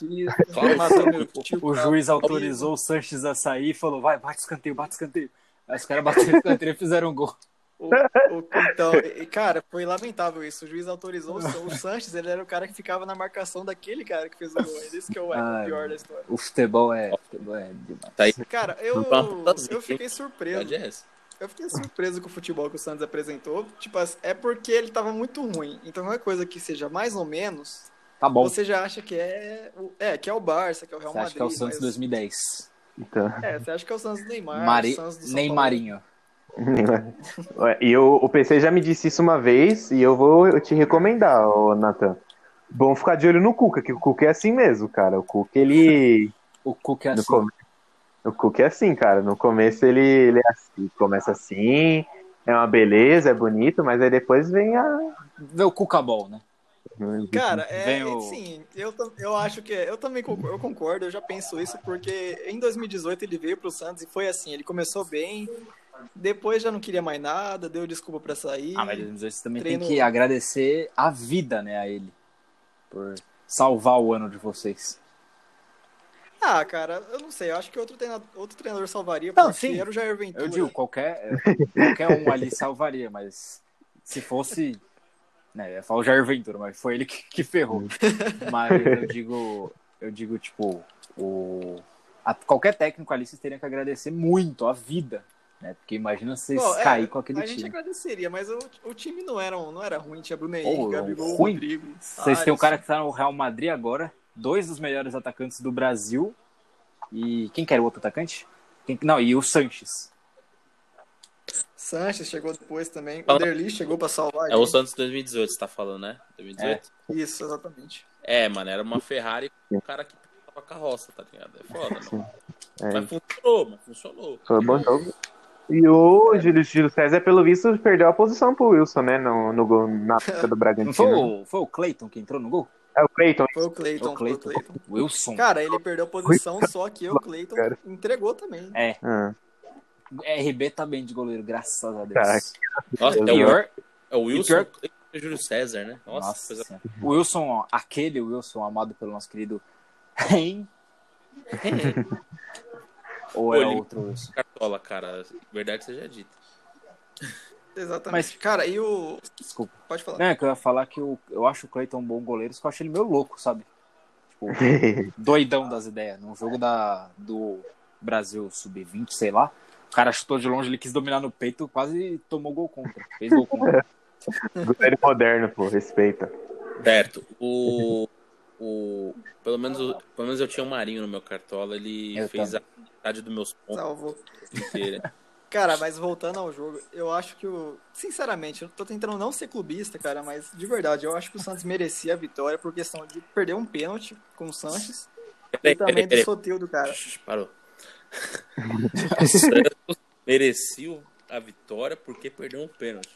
O juiz autorizou o Sanches a sair e falou, vai, bate escanteio. Aí os caras bateram escanteio e fizeram um gol. Então, cara, foi lamentável isso. O juiz autorizou o Sanches, ele era o cara que ficava na marcação daquele cara que fez o gol. Esse que é o pior da história. O futebol é demais. Tá aí. Cara, eu fiquei surpreso. Eu fiquei surpreso com o futebol que o Santos apresentou. Tipo, é porque ele tava muito ruim. Então, qualquer coisa que seja mais ou menos, tá bom. Você já acha que que é o Barça, que é o Real Madrid. Você acha que é o Santos 2010. Então. Você acha que é o Santos do Neymar, o Santos do São Neymarinho. E o PC já me disse isso uma vez e eu vou te recomendar, Nathan. Bom ficar de olho no Cuca, que o Cuca é assim mesmo, cara. O Cuca, ele... O Cuca é assim. O Cuca é assim, cara. No começo ele é assim, começa assim, é uma beleza, é bonito, mas aí depois vem Vê o Cuca Ball, né? Cara, sim, eu acho que eu também concordo, eu já penso isso, porque em 2018 ele veio pro Santos e foi assim, ele começou bem, Depois já não queria mais nada, deu desculpa pra sair. Mas 2018 você também tem que agradecer a vida, né, a ele. Por salvar o ano de vocês. Cara, eu não sei. Eu acho que outro treinador salvaria, Não, porque sim. era o Jair Ventura. Eu digo, qualquer um ali salvaria, mas se fosse... Né, eu ia falar o Jair Ventura, mas foi ele que ferrou. Mas eu digo tipo, qualquer técnico ali vocês teriam que agradecer muito a vida, né? Porque imagina vocês cair com aquele time. A gente agradeceria, mas o time não era ruim. Tinha Bruno Henrique, Gabigol, ruim. Rodrigo. Vocês têm um cara que tá no Real Madrid agora, 2 dos melhores atacantes do Brasil. E quem que era o outro atacante? E o Sanches. Sanches chegou depois também. O Derli chegou pra salvar. É o Santos 2018, você tá falando, né? 2018? Isso, exatamente. Mano, era uma Ferrari com o cara que tava carroça, tá ligado? É foda, mano. Mas funcionou. Foi um bom jogo. E o Júlio César, pelo visto, perdeu a posição pro Wilson, né? No gol, na época do Bragantino. Não foi o Cleiton que entrou no gol? É o Cleiton. Foi o Cleiton. Wilson. Cara, ele perdeu a posição, só que o Cleiton entregou também. RB tá bem de goleiro, graças a Deus. Nossa, é o Wilson e o Júlio César, né? Nossa. O Wilson, aquele Wilson amado pelo nosso querido Ou é outro Wilson? Cartola, cara. Verdade seja dita. Exatamente. Mas, cara, e o... Desculpa. Pode falar. Não, é que eu ia falar que eu acho o Cleiton um bom goleiro, só que eu acho ele meio louco, sabe? Tipo, doidão das ideias. Num jogo do Brasil Sub-20, sei lá, o cara chutou de longe, ele quis dominar no peito, quase tomou gol contra. Fez gol contra. Goleiro moderno, pô, respeita. Certo. Pelo menos eu tinha um Marinho no meu cartola, ele fez a metade dos meus pontos. Salvou. Inteira. Cara, mas voltando ao jogo, eu acho que sinceramente, eu tô tentando não ser clubista, cara, mas de verdade, eu acho que o Santos merecia a vitória por questão de perder um pênalti com o Sanches e também do sorteio do cara. Parou. O Santos merecia a vitória porque perdeu um pênalti.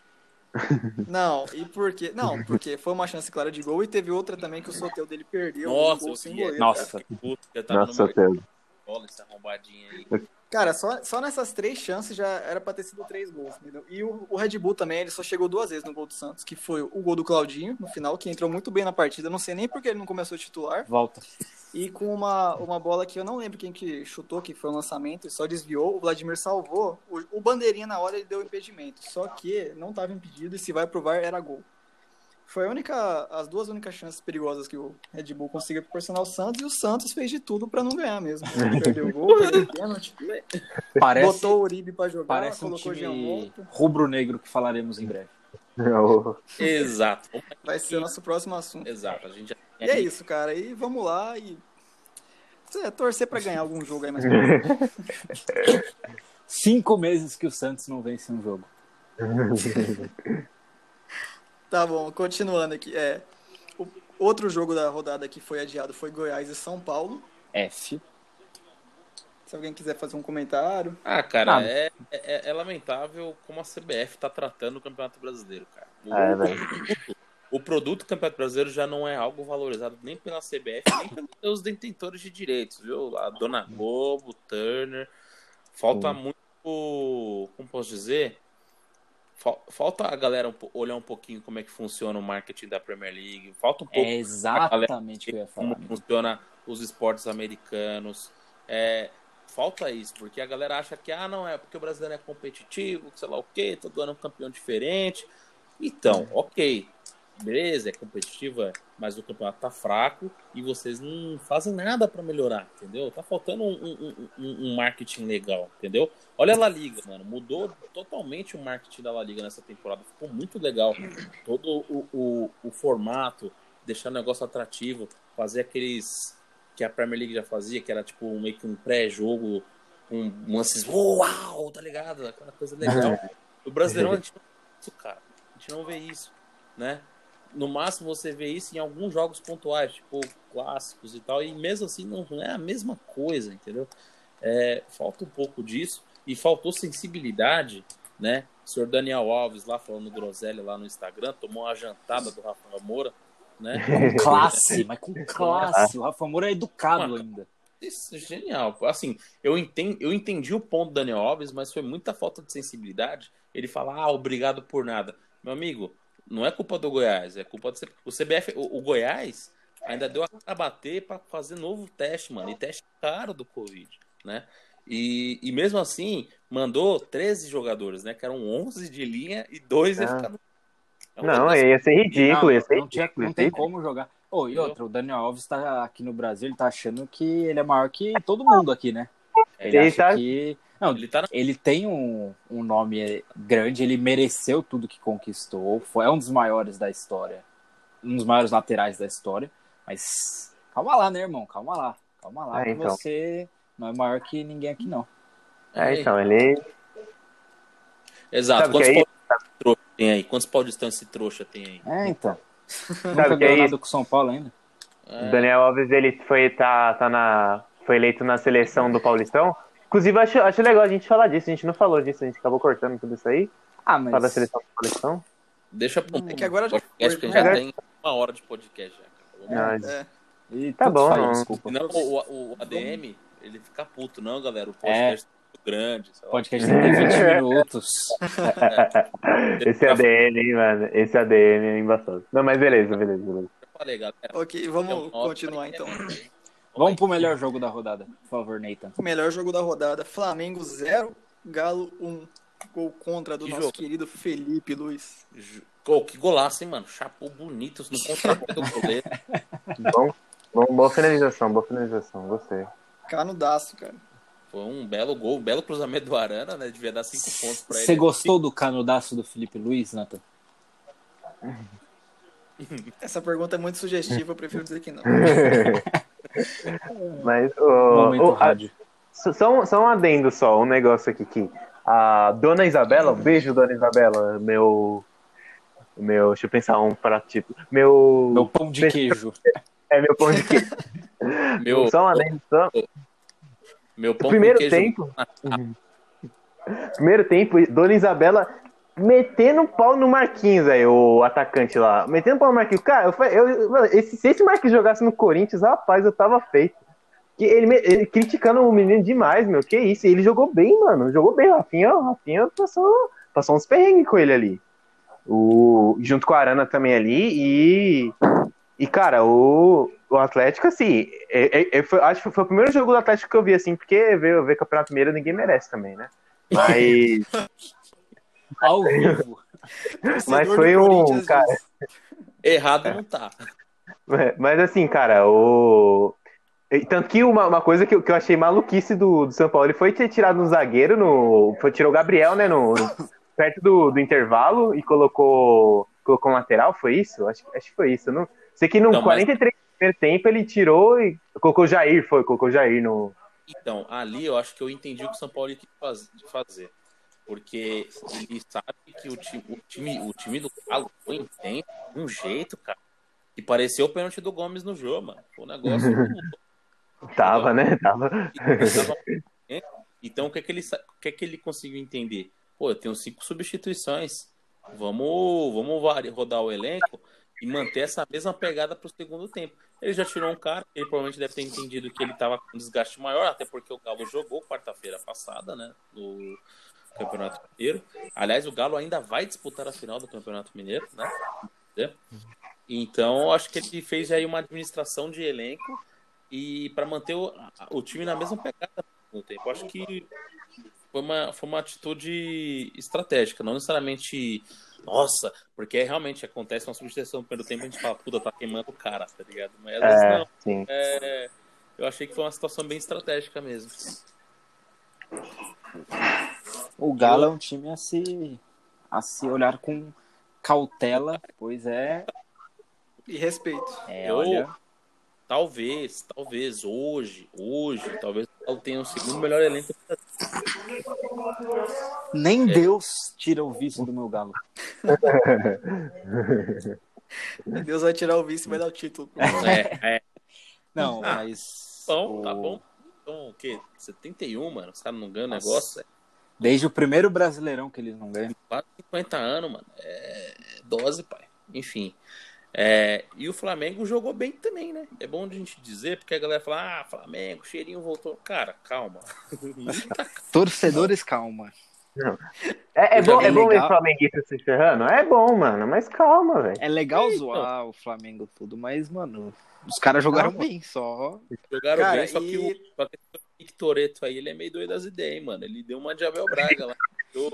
Porque foi uma chance clara de gol e teve outra também que o sorteio dele perdeu. Nossa, nossa. Olha essa arrombadinha aí. Cara, só nessas 3 chances já era pra ter sido 3 gols, entendeu? E o Red Bull também, ele só chegou 2 vezes no gol do Santos, que foi o gol do Claudinho, no final, que entrou muito bem na partida, não sei nem porque ele não começou titular. Volta. E com uma bola que eu não lembro quem que chutou, que foi um lançamento, e só desviou, o Vladimir salvou. O bandeirinha na hora ele deu impedimento, só que não estava impedido e se vai pro VAR era gol. Foi as 2 únicas chances perigosas que o Red Bull conseguiu proporcionar ao Santos, e o Santos fez de tudo pra não ganhar mesmo. Perdeu o gol, perdeu o pênalti, botou o Uribe pra jogar, parece colocou um o Jean Mota. rubro-negro que falaremos em breve. Exato. Vai ser o nosso próximo assunto. Exato. E é isso, cara. E vamos lá e torcer pra ganhar algum jogo aí mais 5 meses que o Santos não vence um jogo. Tá bom, continuando aqui. O outro jogo da rodada que foi adiado foi Goiás e São Paulo. F. Se alguém quiser fazer um comentário. Cara, é lamentável como a CBF tá tratando o Campeonato Brasileiro, cara. O produto do Campeonato Brasileiro já não é algo valorizado nem pela CBF, nem pelos detentores de direitos, viu? A Dona Globo, Turner. Falta muito, como posso dizer... Falta a galera olhar um pouquinho como é que funciona o marketing da Premier League. Falta um pouco. É exatamente o que eu ia falar. Como funciona os esportes americanos. Falta isso, porque a galera acha que não é porque o brasileiro é competitivo, sei lá o quê, todo ano é um campeão diferente. Então, ok. Beleza, é competitiva, mas o campeonato tá fraco e vocês não fazem nada pra melhorar, entendeu? Tá faltando um marketing legal, entendeu? Olha a La Liga, mano, mudou totalmente o marketing da La Liga nessa temporada, ficou muito legal. Todo o formato, deixar o negócio atrativo, fazer aqueles que a Premier League já fazia, que era tipo meio que um pré-jogo, um lances, uau, tá ligado? Aquela coisa legal. O Brasileirão, a gente não vê isso, cara. A gente não vê isso, né? No máximo você vê isso em alguns jogos pontuais, tipo clássicos e tal, e mesmo assim não é a mesma coisa, entendeu? Falta um pouco disso, e faltou sensibilidade, né? O senhor Daniel Alves lá falando groselha lá no Instagram, tomou uma jantada do Rafael Moura, né? Com classe, mas com classe. O Rafa Moura é educado ainda. Isso é genial. Assim, eu entendi o ponto do Daniel Alves, mas foi muita falta de sensibilidade. Ele fala, obrigado por nada. Meu amigo, não é culpa do Goiás, é culpa do CBF. O CBF, o Goiás ainda deu a bater para fazer novo teste, mano. E teste caro do Covid, né? E mesmo assim, mandou 13 jogadores, né? Que eram 11 de linha e 2 ia ficar no... Não, ia ser ridículo, ia ser não tem como jogar. E outra, o Daniel Alves tá aqui no Brasil, ele tá achando que ele é maior que todo mundo aqui, né? Ele acha que... Não, ele tem um nome grande, ele mereceu tudo que conquistou, é um dos maiores da história, um dos maiores laterais da história, mas calma lá, né, irmão? Calma lá, que então. Você não é maior que ninguém aqui, não. Então, ele... Exato, quantos paulistas esse trouxa tem aí? Então. Nunca ganhou nada com o São Paulo ainda. O Daniel Alves, ele foi eleito na seleção do Paulistão. Inclusive, acho legal a gente falar disso. A gente não falou disso, a gente acabou cortando tudo isso aí. Mas... Fala da seleção do Paulistão. Deixa pro que agora já tem 1 hora de podcast já. Tá bom, desculpa. Não, o ADM, ele fica puto, não, galera. O podcast é muito grande. O podcast tem 20 minutos. Esse ADM, hein, mano? Esse ADM é embaçado. Não, mas beleza. Falei, galera. Ok, vamos continuar então. Vamos pro melhor jogo da rodada, por favor, Nathan. O melhor jogo da rodada, Flamengo 0, Galo 1. Gol contra do nosso querido Felipe Luiz. Que golaço, hein, mano? Chapou bonito no contra-ataque do goleiro. Boa finalização, gostei. Canudaço, cara. Foi um belo gol, um belo cruzamento do Arana, né? Devia dar 5 pontos pra ele. Você gostou do canudaço do Felipe Luiz, Nathan? Essa pergunta é muito sugestiva, eu prefiro dizer que não. Mas rádio. Só um adendo só, um negócio aqui que a Dona Isabela, um beijo, Dona Isabela, deixa eu pensar um prato tipo, meu pão de queijo. Meu pão de queijo. Só um adendo só. Meu pão primeiro de queijo. Primeiro tempo, Dona Isabela metendo pau no Marquinhos, aí, o atacante lá. Metendo pau no Marquinhos. Cara, se esse Marquinhos jogasse no Corinthians, rapaz, eu tava feito. Ele criticando o menino demais, meu. Que isso? Ele jogou bem, mano. Jogou bem. Rafinha passou uns perrengues com ele ali. Junto com a Arana também ali. E cara, o Atlético, assim, acho que foi o primeiro jogo do Atlético que eu vi, assim, porque ver Campeonato Mineiro ninguém merece também, né? Mas... Ao vivo. Mas foi cara... Errado não tá. Mas assim, cara, tanto que uma coisa que eu achei maluquice do São Paulo, ele foi ter tirado um zagueiro, tirou o Gabriel, né, perto do intervalo e colocou um lateral, foi isso? Acho que foi isso. Não sei que no 43 do primeiro tempo ele tirou e colocou o Jair no... Então, ali eu acho que eu entendi o que o São Paulo quis fazer. Porque ele sabe que o time do Galo foi intenso, de um jeito, cara, que pareceu o pênalti do Gomes no jogo, mano. Foi um negócio... Tava, né? Tava. Então, o que é que ele conseguiu entender? Pô, eu tenho 5 substituições. Vamos rodar o elenco e manter essa mesma pegada pro segundo tempo. Ele já tirou um cara, ele provavelmente deve ter entendido que ele tava com um desgaste maior, até porque o Galo jogou quarta-feira passada, né? No Campeonato Mineiro. Aliás, o Galo ainda vai disputar a final do Campeonato Mineiro, né? Então, acho que ele fez aí uma administração de elenco e para manter o time na mesma pegada no tempo. Acho que foi uma atitude estratégica, não necessariamente, nossa, porque realmente acontece uma substituição no primeiro tempo e a gente fala, puta, tá queimando o cara, tá ligado? Mas às vezes não. Sim. Eu achei que foi uma situação bem estratégica mesmo. O Galo é um time a se olhar com cautela, pois e respeito. Olha... Talvez hoje, talvez eu tenha o segundo melhor elenco. Nem Deus tira o vice do meu Galo. Deus vai tirar o vice e vai dar o título. Não, mas... Bom, tá bom. Então, o quê? 71, mano? Os caras não ganham o negócio? Desde o primeiro Brasileirão que eles não ganham. Quase 50 anos, mano. É dose, pai. Enfim. E o Flamengo jogou bem também, né? É bom a gente dizer, porque a galera fala, Flamengo, cheirinho voltou. Cara, calma. Torcedores, calma. Não. É bom ver o flamenguista se ferrando? É bom, mano, mas calma, velho. É legal zoar o Flamengo tudo, mas, mano, os caras jogaram bem, só. Jogaram bem, só que o Nick Toretto aí, ele é meio doido das ideias, hein, mano. Ele deu uma de Abel Braga lá.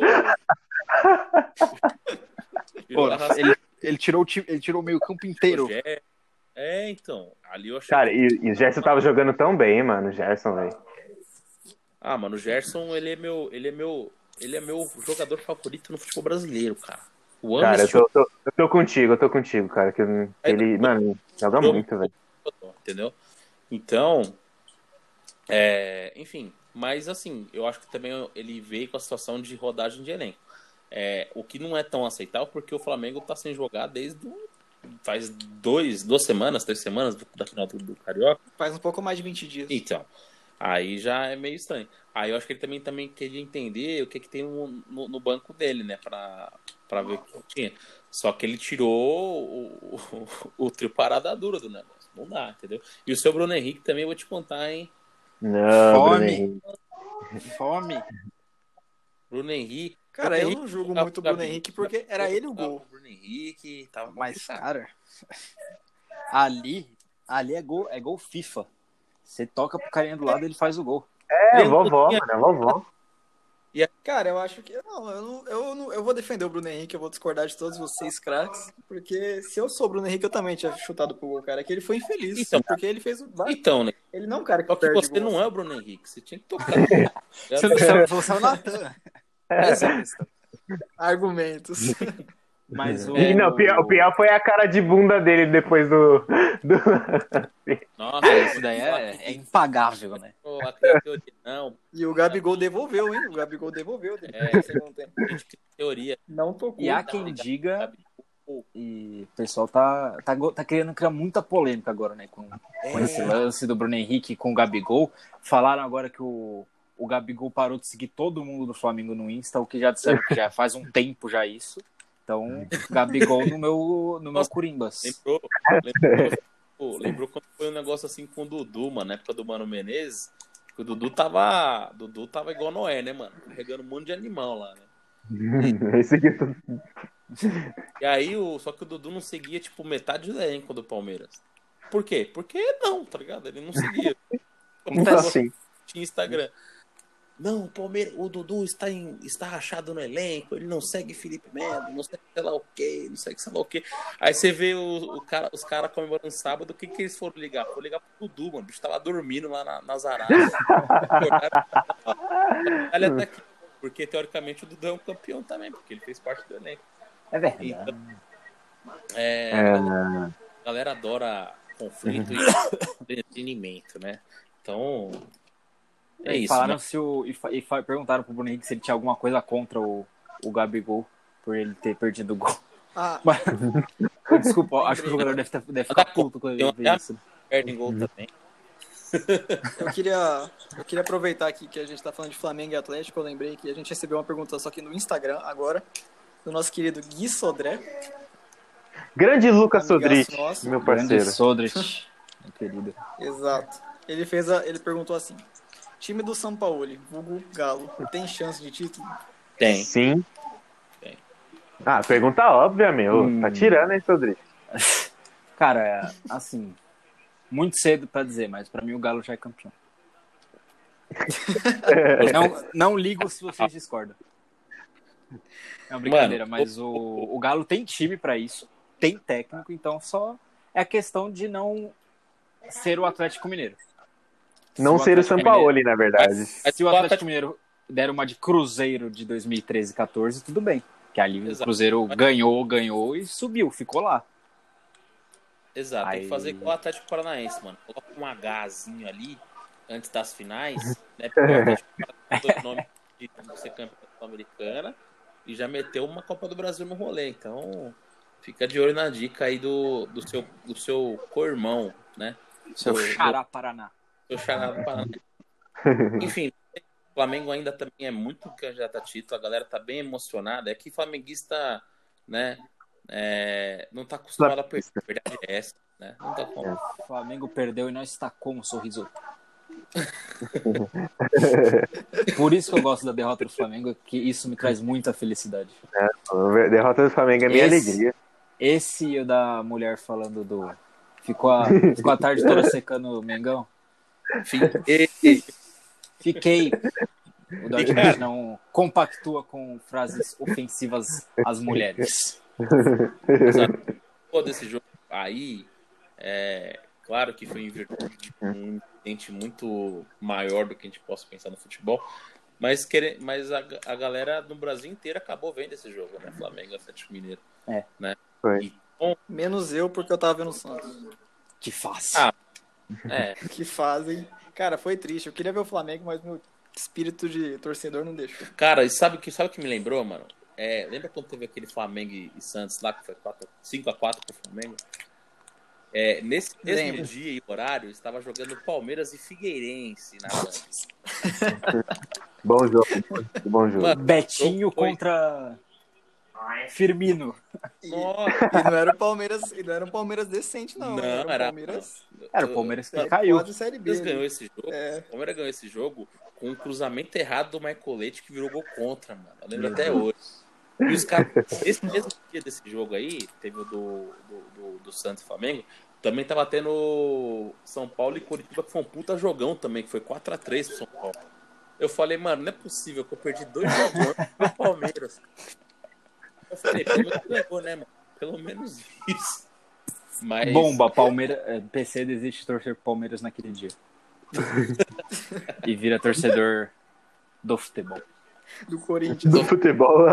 Pô, ele tirou o meio campo inteiro. Então. Ali eu achei. Cara, e o Gerson tava jogando tão bem, mano, o Gerson, velho. Mano, o Gerson, ele é meu jogador favorito no futebol brasileiro, cara. Cara, eu tô contigo, cara. Que ele, mano, joga muito, velho. Entendeu? Então, enfim, mas assim, eu acho que também ele veio com a situação de rodagem de elenco. O que não é tão aceitável, porque o Flamengo tá sem jogar faz 3 semanas da final do Carioca. Faz um pouco mais de 20 dias. Então, aí já é meio estranho. Aí eu acho que ele também queria entender o que tem no banco dele, né? Pra ver o que tinha. Só que ele tirou o trio parada dura do negócio. Não dá, entendeu? E o seu Bruno Henrique também, eu vou te contar, hein? Não, Fome. Bruno Henrique. Cara, eu não julgo muito o Bruno Henrique porque era ele o gol. O Bruno Henrique tava. Mas, cara, ali é gol FIFA. Você toca pro carinha do lado e ele faz o gol. Vovó, mano, é vovó. Cara, eu acho que. Eu vou defender o Bruno Henrique, eu vou discordar de todos vocês, craques. Porque se eu sou o Bruno Henrique, eu também tinha chutado pro gol, cara. Que ele foi infeliz. Então, porque ele fez o. Então, né? Ele não é um cara que Só que perde você gol. não é o Bruno Henrique, você tinha que tocar. Você é o Natan. Argumentos. Mas o pior foi a cara de bunda dele depois do... Nossa, isso daí é impagável, né? Não. E o Gabigol devolveu, hein? O Gabigol devolveu. Você não tem. Teoria. Não tocou. E há quem diga, e o pessoal tá querendo criar muita polêmica agora, né? Com esse lance do Bruno Henrique com o Gabigol. Falaram agora que o Gabigol parou de seguir todo mundo do Flamengo no Insta, o que já disseram que já faz um tempo já isso. Então, Gabigol no meu Curimbas. Lembrou quando foi um negócio assim com o Dudu, mano, na época do Mano Menezes, que o Dudu tava igual Noé, né, mano? Carregando um monte de animal lá, né? Esse aqui E aí, só que o Dudu não seguia, tipo, metade do elenco do Palmeiras. Por quê? Porque não, tá ligado? Ele não seguia. Assim. Tinha Instagram. Não, o Dudu está rachado no elenco, ele não segue Felipe Melo, não segue sei lá o quê, não segue sei lá o quê. Aí você vê os caras comemorando sábado, o que eles foram ligar? Foram ligar pro Dudu, mano, o bicho tava dormindo lá nas araras. Ele tá aqui, porque teoricamente o Dudu é um campeão também, porque ele fez parte do elenco. É verdade. Então, a galera adora conflito e entretenimento, né? Então... É isso. Falaram perguntaram pro Bruno Henrique se ele tinha alguma coisa contra o Gabigol por ele ter perdido o gol. Mas, desculpa, acho que o jogador deve ficar puto com ele ver isso. Perdem gol também. Eu queria aproveitar aqui que a gente tá falando de Flamengo e Atlético. Eu lembrei que a gente recebeu uma pergunta só aqui no Instagram agora, do nosso querido Gui Sodré. Grande Lucas Sodrich, meu parceiro. Grande Sodrich, meu querido. Exato. Ele perguntou assim: time do São Paulo, vulgo Galo, tem chance de título? Tem. Sim. Tem. Pergunta óbvia, meu. Tá tirando, hein, Sodrich? Cara, assim, muito cedo pra dizer, mas pra mim o Galo já é campeão. Não ligo se vocês discordam. É uma brincadeira, mas o Galo tem time pra isso, tem técnico, então só é a questão de não ser o Atlético Mineiro. Não ser o Sampaoli, na verdade. Se o Atlético Mineiro der uma de Cruzeiro de 2013 e 14, tudo bem. Que ali o Cruzeiro ganhou e subiu, ficou lá. Exato, tem que fazer igual o Atlético Paranaense, mano. Coloca um Hzinho ali, antes das finais, né? Porque o Atlético Paranaense o nome de ser campeão sul-americana e já meteu uma Copa do Brasil no rolê. Então, fica de olho na dica aí do seu co-irmão, né? Seu Xará Paraná. Enfim, o Flamengo ainda também é muito candidato a título, a galera tá bem emocionada. É que flamenguista, né, não tá acostumado a perder. A verdade é essa, né? Não tá como. O Flamengo perdeu e nós está como, sorriso. Por isso que eu gosto da derrota do Flamengo, que isso me traz muita felicidade. A derrota do Flamengo é minha alegria. Esse e o da mulher falando do... Ficou a tarde toda secando o Mengão. Fiquei. O Dortmund não compactua com frases ofensivas às mulheres. Exato. Pô, desse jogo aí, claro que foi em virtude de um incidente muito maior do que a gente possa pensar no futebol, mas a galera no Brasil inteiro acabou vendo esse jogo, né? Flamengo e Atlético Mineiro. Né? Foi. Menos eu, porque eu tava vendo o Santos. Que fácil. Que fazem. Cara, foi triste. Eu queria ver o Flamengo, mas meu espírito de torcedor não deixou. Cara, e sabe o que me lembrou, mano? Lembra quando teve aquele Flamengo e Santos lá, que foi 5-4 pro Flamengo? Nesse mesmo dia e horário, estava jogando Palmeiras e Figueirense na Bom jogo. Mano, Betinho contra Firmino. E não era o Palmeiras, e não era um Palmeiras decente, não. Era o Palmeiras que caiu. Quase Série B. Ganhou esse jogo. O Palmeiras ganhou esse jogo com um cruzamento errado do Michael Leite que virou gol contra, mano. Eu lembro até hoje. E os caras, esse mesmo dia desse jogo aí, teve o do Santos e Flamengo, também tava tendo São Paulo e Coritiba, que foi um puta jogão também, que foi 4-3 pro São Paulo. Eu falei, mano, não é possível que eu perdi 2 jogos pro Palmeiras. Eu falei, pelo menos ganhou, né, mano? Pelo menos isso. Mas... Bomba, Palmeiras. PC desiste de torcer pro Palmeiras naquele dia. E vira torcedor do futebol. Do Corinthians. Do futebol.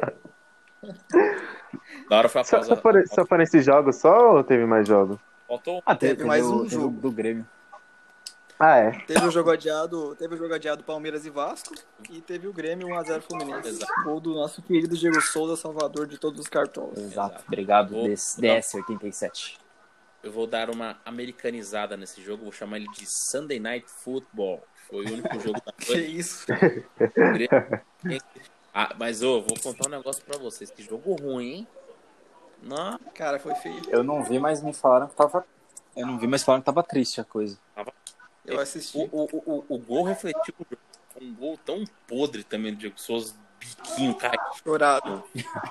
Da hora foi a pausa. Só foram esses jogos só ou teve mais jogos? Faltou teve mais um jogo do Grêmio. Teve o jogo adiado Palmeiras e Vasco e teve o Grêmio 1-0 Fluminense. Gol do nosso querido Diego Souza, salvador de todos os cartolas. Exato. Obrigado, DS87. Eu vou dar uma americanizada nesse jogo, vou chamar ele de Sunday Night Football. Foi o único jogo da noite. Que isso? Mas vou contar um negócio pra vocês. Que jogo ruim, hein? Não. Cara, foi feio. Eu não vi, mas me falaram que tava... que tava triste a coisa. Eu assisti. O gol refletiu um gol tão podre também do Diego Souza, biquinho, cara. Chorado.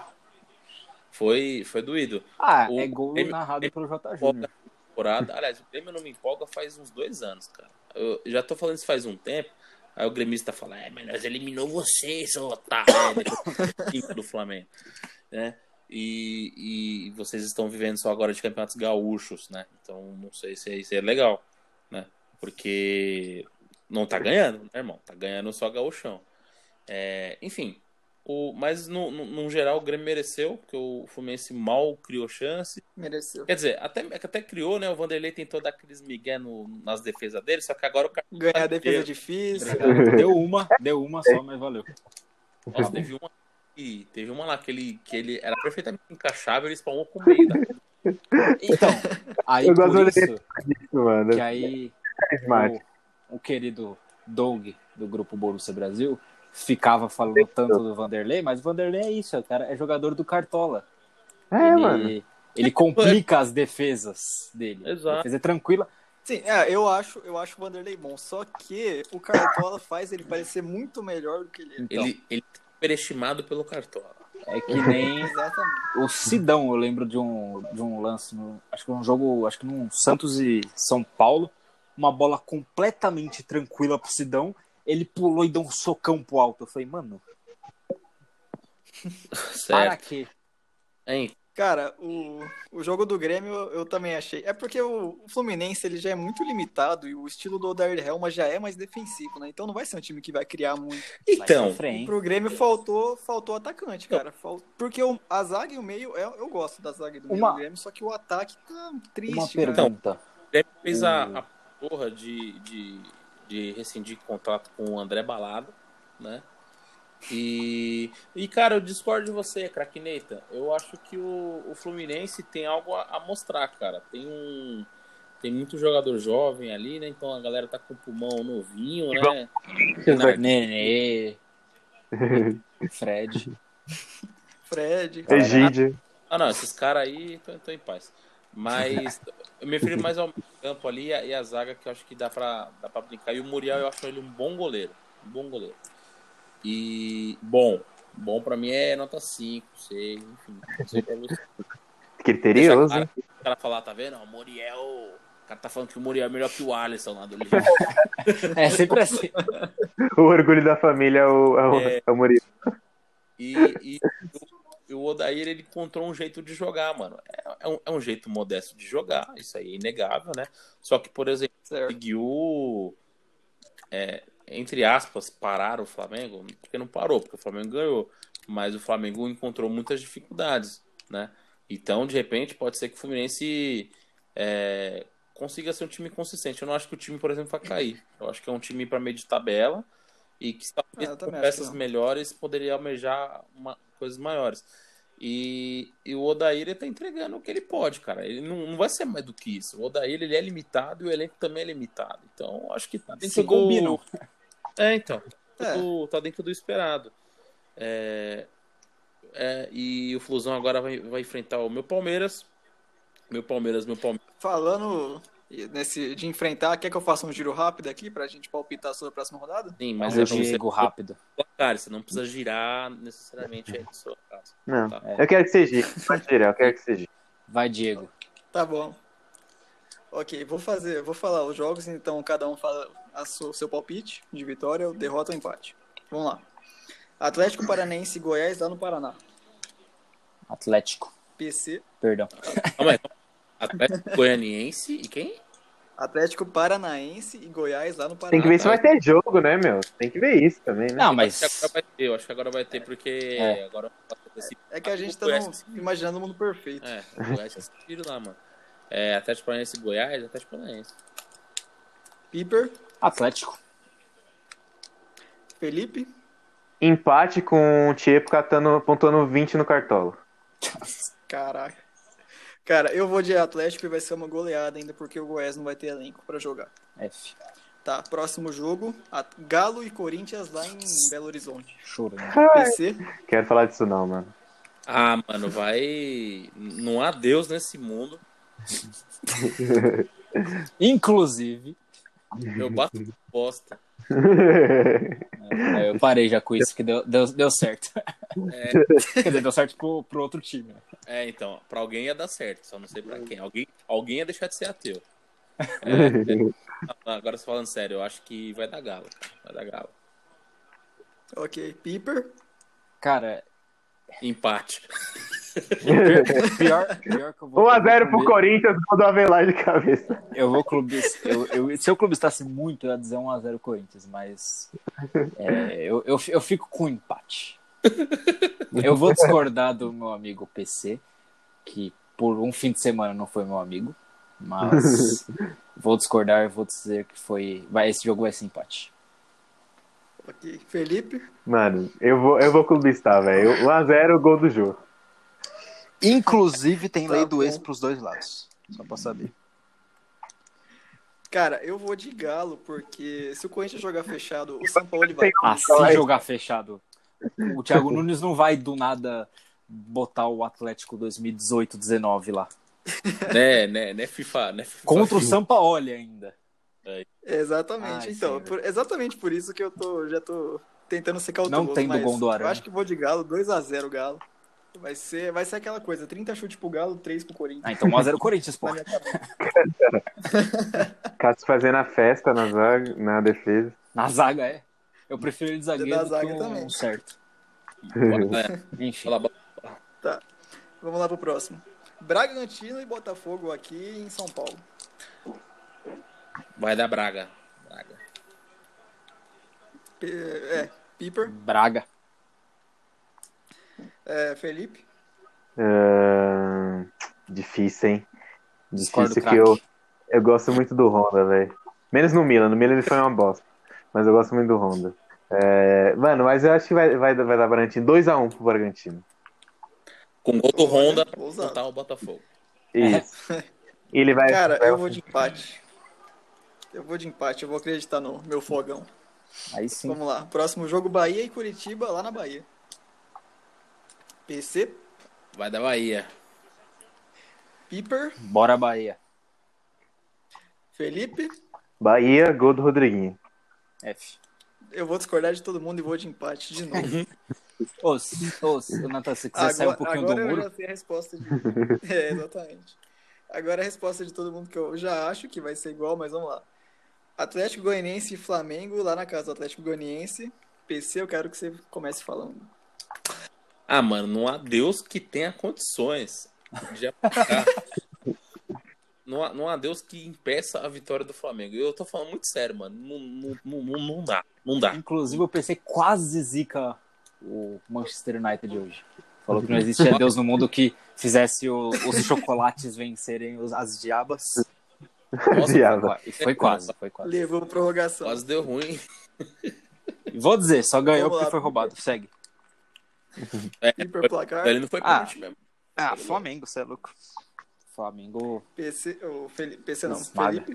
Foi doído. É gol narrado pelo J. Júnior. Aliás, o Grêmio não me empolga faz uns 2 anos, cara. Eu já tô falando isso faz um tempo. Aí o gremista fala, mas nós eliminou vocês, seu otário, do Flamengo, né? E vocês estão vivendo só agora de campeonatos gaúchos, né? Então não sei se isso é legal, né? Porque não tá ganhando, né, irmão? Tá ganhando só gauchão. Enfim, mas no geral o Grêmio mereceu, porque o Fluminense mal criou chance. Mereceu. Quer dizer, até criou, né? O Vanderlei tentou dar aqueles migué nas defesas dele, só que agora o cara... Ganhar a defesa difícil. Deu uma só, mas valeu. Nossa, teve uma lá que ele era perfeitamente encaixável, ele spawnou com o meio da... Então, aí eu por gosto isso mano. Que aí o querido Doug do grupo Borussia Brasil ficava falando tanto do Vanderlei, mas o Vanderlei é isso, cara, é jogador do Cartola. Mano. Ele complica as defesas dele. Exato. A defesa é tranquila. Sim, eu acho o Vanderlei bom, só que o Cartola faz ele parecer muito melhor do que ele é. Então, ele é superestimado pelo Cartola. É que nem Exatamente. O Sidão, eu lembro de um lance, acho que um jogo, num Santos e São Paulo, uma bola completamente tranquila pro Sidão, ele pulou e deu um socão pro alto. Eu falei, mano, para quê? Hein? Cara, o jogo do Grêmio eu também achei. É porque o Fluminense ele já é muito limitado e o estilo do Odair Helma já é mais defensivo, né? Então não vai ser um time que vai criar muito. Então, pro Grêmio faltou atacante, cara. Porque a zaga e o meio, eu gosto da zaga e do meio do Grêmio, só que o ataque tá triste. Uma pergunta. O Grêmio fez a porra de rescindir contrato com o André Balada, né? E cara, eu discordo de você, craquineta. Eu acho que o Fluminense tem algo a mostrar, cara. Tem muito jogador jovem ali, né? Então a galera tá com o pulmão novinho, né? Nenê, Fred, Egídio. Não, esses caras aí estão em paz. Mas eu me refiro mais ao campo ali e a zaga, que eu acho que dá pra brincar. E o Muriel, eu acho ele um bom goleiro. E bom pra mim é nota 5, 6, enfim. Não sei pra você. Criterioso, hein? O cara falar, tá vendo? O Muriel... O cara tá falando que o Muriel é melhor que o Alisson lá do Liverpool. É sempre assim. O orgulho da família é o Murilo. E o Odair, ele encontrou um jeito de jogar, mano. É um jeito modesto de jogar, isso aí é inegável, né? Só que, por exemplo, conseguiu, entre aspas, parar o Flamengo, porque não parou, porque o Flamengo ganhou. Mas o Flamengo encontrou muitas dificuldades, né? Então, de repente, pode ser que o Fluminense consiga ser um time consistente. Eu não acho que o time, por exemplo, vai cair. Eu acho que é um time para meio de tabela e que talvez com peças melhores poderia almejar coisas maiores. E o Odair está entregando o que ele pode, cara. Ele não vai ser mais do que isso. O Odair, ele é limitado e o elenco também é limitado. Então, acho que tá dentro combinam. Então. Tá dentro do esperado. E o Flusão agora vai enfrentar o meu Palmeiras. Meu Palmeiras. Falando de enfrentar, quer que eu faça um giro rápido aqui pra gente palpitar sobre a próxima rodada? Sim, mas eu digo rápido. Cara, você não precisa girar necessariamente aí na sua casa. Não, tá. Eu quero que você gire. Pode girar, eu quero que você gire. Vai, Diego. Tá bom. Ok, vou falar os jogos, então cada um fala o seu palpite de vitória, derrota ou empate. Vamos lá. Atlético Paranaense e Goiás lá no Paraná. Atlético. PC. Perdão. Calma aí. Atlético Goianiense e quem? Atlético Paranaense e Goiás lá no Paraná. Tem que ver se vai ter jogo, né, meu? Tem que ver isso também, né? Não, mas... Eu acho que agora vai ter, porque agora... É que a gente tá imaginando o mundo perfeito. O Goiás tá sentindo lá, mano. Atlético Paranaense e Goiás, Atlético Paranaense. Piper. Atlético. Felipe. Empate com o Tiepo pontuando 20 no Cartola. Caraca. Cara, eu vou de Atlético e vai ser uma goleada ainda, porque o Goiás não vai ter elenco pra jogar. F. Tá, próximo jogo, Galo e Corinthians lá em Belo Horizonte. Choro. PC. Quero falar disso não, mano. Mano, vai... Não há Deus nesse mundo. Inclusive. Eu bato bosta. Eu parei já com isso, que deu certo. Quer dizer, deu certo pro outro time. Então, pra alguém ia dar certo, só não sei pra quem. Alguém ia deixar de ser ateu. Agora, falando sério, eu acho que vai dar Galo. Vai dar Galo. Ok, Piper. Cara... Empate. Pior que eu vou... 1x0 pro Corinthians, gol do Avelar de cabeça. Eu vou clubistar. Se eu clubistasse muito, eu ia dizer 1x0 Corinthians, mas eu fico com um empate. Eu vou discordar do meu amigo PC, que por um fim de semana não foi meu amigo, mas vou discordar e vou dizer que esse jogo vai ser empate. Ok, Felipe. Mano, eu vou clubistar, velho. 1x0, gol do jogo. Inclusive tem lei do ex pros dois lados. Só pra saber. Cara, eu vou de Galo, porque se o Corinthians jogar fechado, o São Paulo vai... Se jogar fechado, o Thiago Nunes não vai do nada botar o Atlético 2018-19 lá. Né, FIFA. Contra o Sampaoli ainda. Exatamente. Então, exatamente por isso que já tô tentando ser cauteloso. Não tem do bom do Arana. Eu acho que vou de Galo, 2x0 Galo. Vai ser aquela coisa, 30 chutes pro Galo, 3 pro Corinthians. Então 1x0 Corinthians, pô. Cássio fazendo a festa na zaga, na defesa. Na zaga, Eu prefiro ele de zagueiro do que também. Certo. Enfim. Tá, vamos lá pro próximo. Bragantino e Botafogo aqui em São Paulo. Vai dar Braga. Piper. Braga. Felipe. Difícil, hein? Discordo, difícil que eu gosto muito do Honda, velho. Menos no Milan. No Milan ele foi uma bosta. Mas eu gosto muito do Honda. Mano, mas eu acho que vai dar Bragantino. 2x1 pro Bragantino. Com gol do Honda pra botar o Botafogo. Isso. Ele vai... Cara, eu vou de empate. Eu vou acreditar no meu fogão. Aí sim. Vamos lá. Próximo jogo, Bahia e Curitiba, lá na Bahia. PC. Vai da Bahia. Piper. Bora, Bahia. Felipe. Bahia, gol do Rodriguinho. F. Eu vou discordar de todo mundo e vou de empate de novo. Natan, se quiser sair um pouquinho do agora muro... eu já sei a resposta de... exatamente. Agora a resposta de todo mundo que eu já acho que vai ser igual, mas vamos lá. Atlético Goianiense e Flamengo, lá na casa do Atlético Goianiense. PC, eu quero que você comece falando. Ah, mano, não há Deus que tenha condições de aplicar. Não há Deus que impeça a vitória do Flamengo. Eu tô falando muito sério, mano. Não dá. Não dá. Inclusive, o PC quase zica o Manchester United hoje. Falou que não existia Deus no mundo que fizesse os chocolates vencerem as diabas. Nossa, foi quase. Levou prorrogação. Quase deu ruim. Vou dizer, só ganhou porque foi roubado. Segue. Piper placar. Ele não foi pênalti mesmo. Flamengo, você é louco. Flamengo. PC não. Felipe.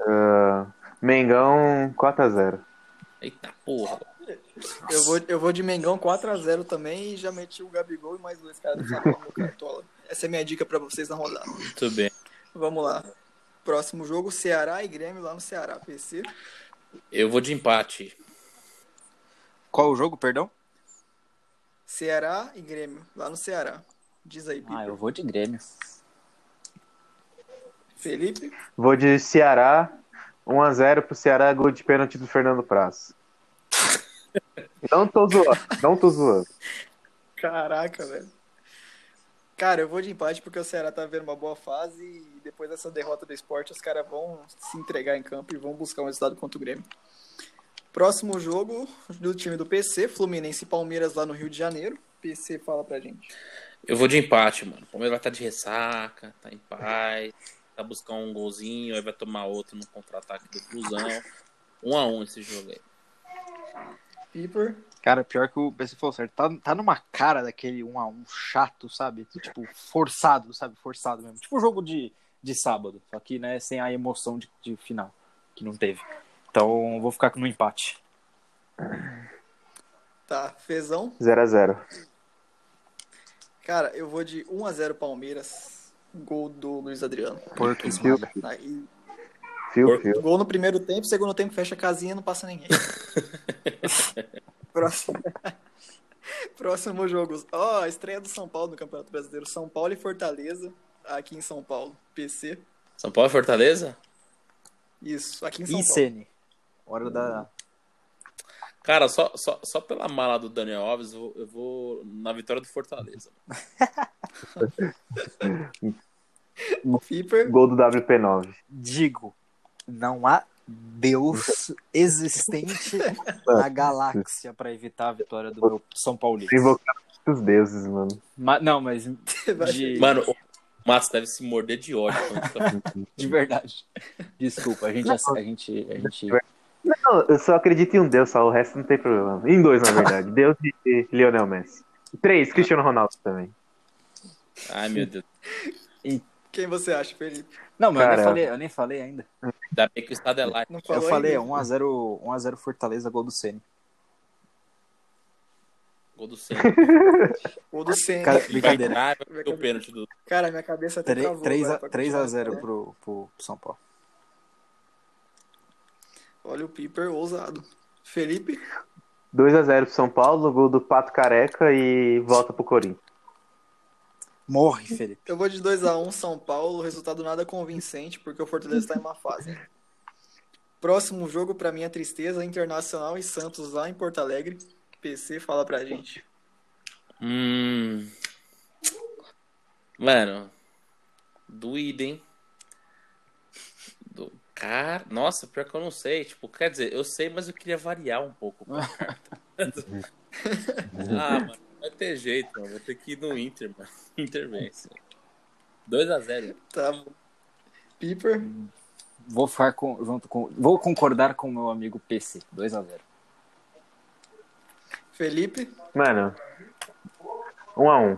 Mengão 4-0. Eita porra. Eu vou de Mengão 4-0 também e já meti o Gabigol e mais 2 caras do Flamengo no cartola. Essa é a minha dica pra vocês na rodada. Muito bem. Vamos lá. Próximo jogo, Ceará e Grêmio lá no Ceará. PC. Eu vou de empate. Qual o jogo, perdão? Ceará e Grêmio, lá no Ceará. Diz aí, Piper. Eu vou de Grêmio. Felipe? Vou de Ceará. 1-0 pro Ceará, gol de pênalti do Fernando Praz. Não tô zoando. Caraca, velho. Cara, eu vou de empate porque o Ceará tá vendo uma boa fase e depois dessa derrota do Sport, os caras vão se entregar em campo e vão buscar um resultado contra o Grêmio. Próximo jogo do time do PC, Fluminense e Palmeiras lá no Rio de Janeiro. PC, fala pra gente. Eu vou de empate, mano. O Palmeiras vai estar de ressaca, tá em paz, tá buscando um golzinho, aí vai tomar outro no contra-ataque do Flusão. 1-1 esse jogo aí. Piper. Cara, pior que o PC falou certo. Tá numa cara daquele 1-1 chato, sabe? Tipo, forçado, sabe? Forçado mesmo. Tipo o jogo de sábado. Só que, né, sem a emoção de final, que não teve. Então, vou ficar no empate. Tá, Fezão. 0-0. Cara, eu vou de 1-0 Palmeiras. Gol do Luiz Adriano. Porco Fio. Gol no primeiro tempo, segundo tempo fecha a casinha, não passa ninguém. Próximo jogo. Estreia do São Paulo no Campeonato Brasileiro. São Paulo e Fortaleza, aqui em São Paulo. PC. São Paulo e Fortaleza? Isso, aqui em São Paulo. Ceni. Hora da... Cara, só pela mala do Daniel Alves, eu vou na vitória do Fortaleza. Piper. Gol do WP9. Digo, não há Deus existente na galáxia pra evitar a vitória do meu São Paulino. Invocar os deuses, mano. Mas Mano, o Matos deve se morder de ódio. De verdade. Desculpa, a gente... Não, eu só acredito em um Deus, só o resto não tem problema. Em 2, na verdade. Deus e Lionel Messi. 3, Cristiano Ronaldo também. Ai, meu Deus. Quem você acha, Felipe? Não, mas eu nem falei ainda. Ainda bem que o estado é lá. Eu falei 1-0 Fortaleza, gol do Ceni. Gol do Ceni. Gol do Ceni. Cara, brincadeira. O pênalti do... Cara, minha cabeça até travou. 3-0 pro São Paulo. Olha o Piper ousado. Felipe? 2-0 pro São Paulo, gol do Pato Careca e volta pro Corinthians. Morre, Felipe. Eu vou de 2-1 São Paulo, resultado nada convincente, porque o Fortaleza está em má fase. Próximo jogo, pra minha tristeza, Internacional e Santos lá em Porto Alegre. PC, fala pra gente. Mano, doído, hein? Cara, nossa, pior que eu não sei. Tipo, quer dizer, eu sei, mas eu queria variar um pouco. Mano, vai ter jeito, mano. Vai ter que ir no Inter, mano. Intervenção. 2-0. Tá bom. Piper? Vou concordar com o meu amigo PC. 2-0. Felipe? Mano, 1-1.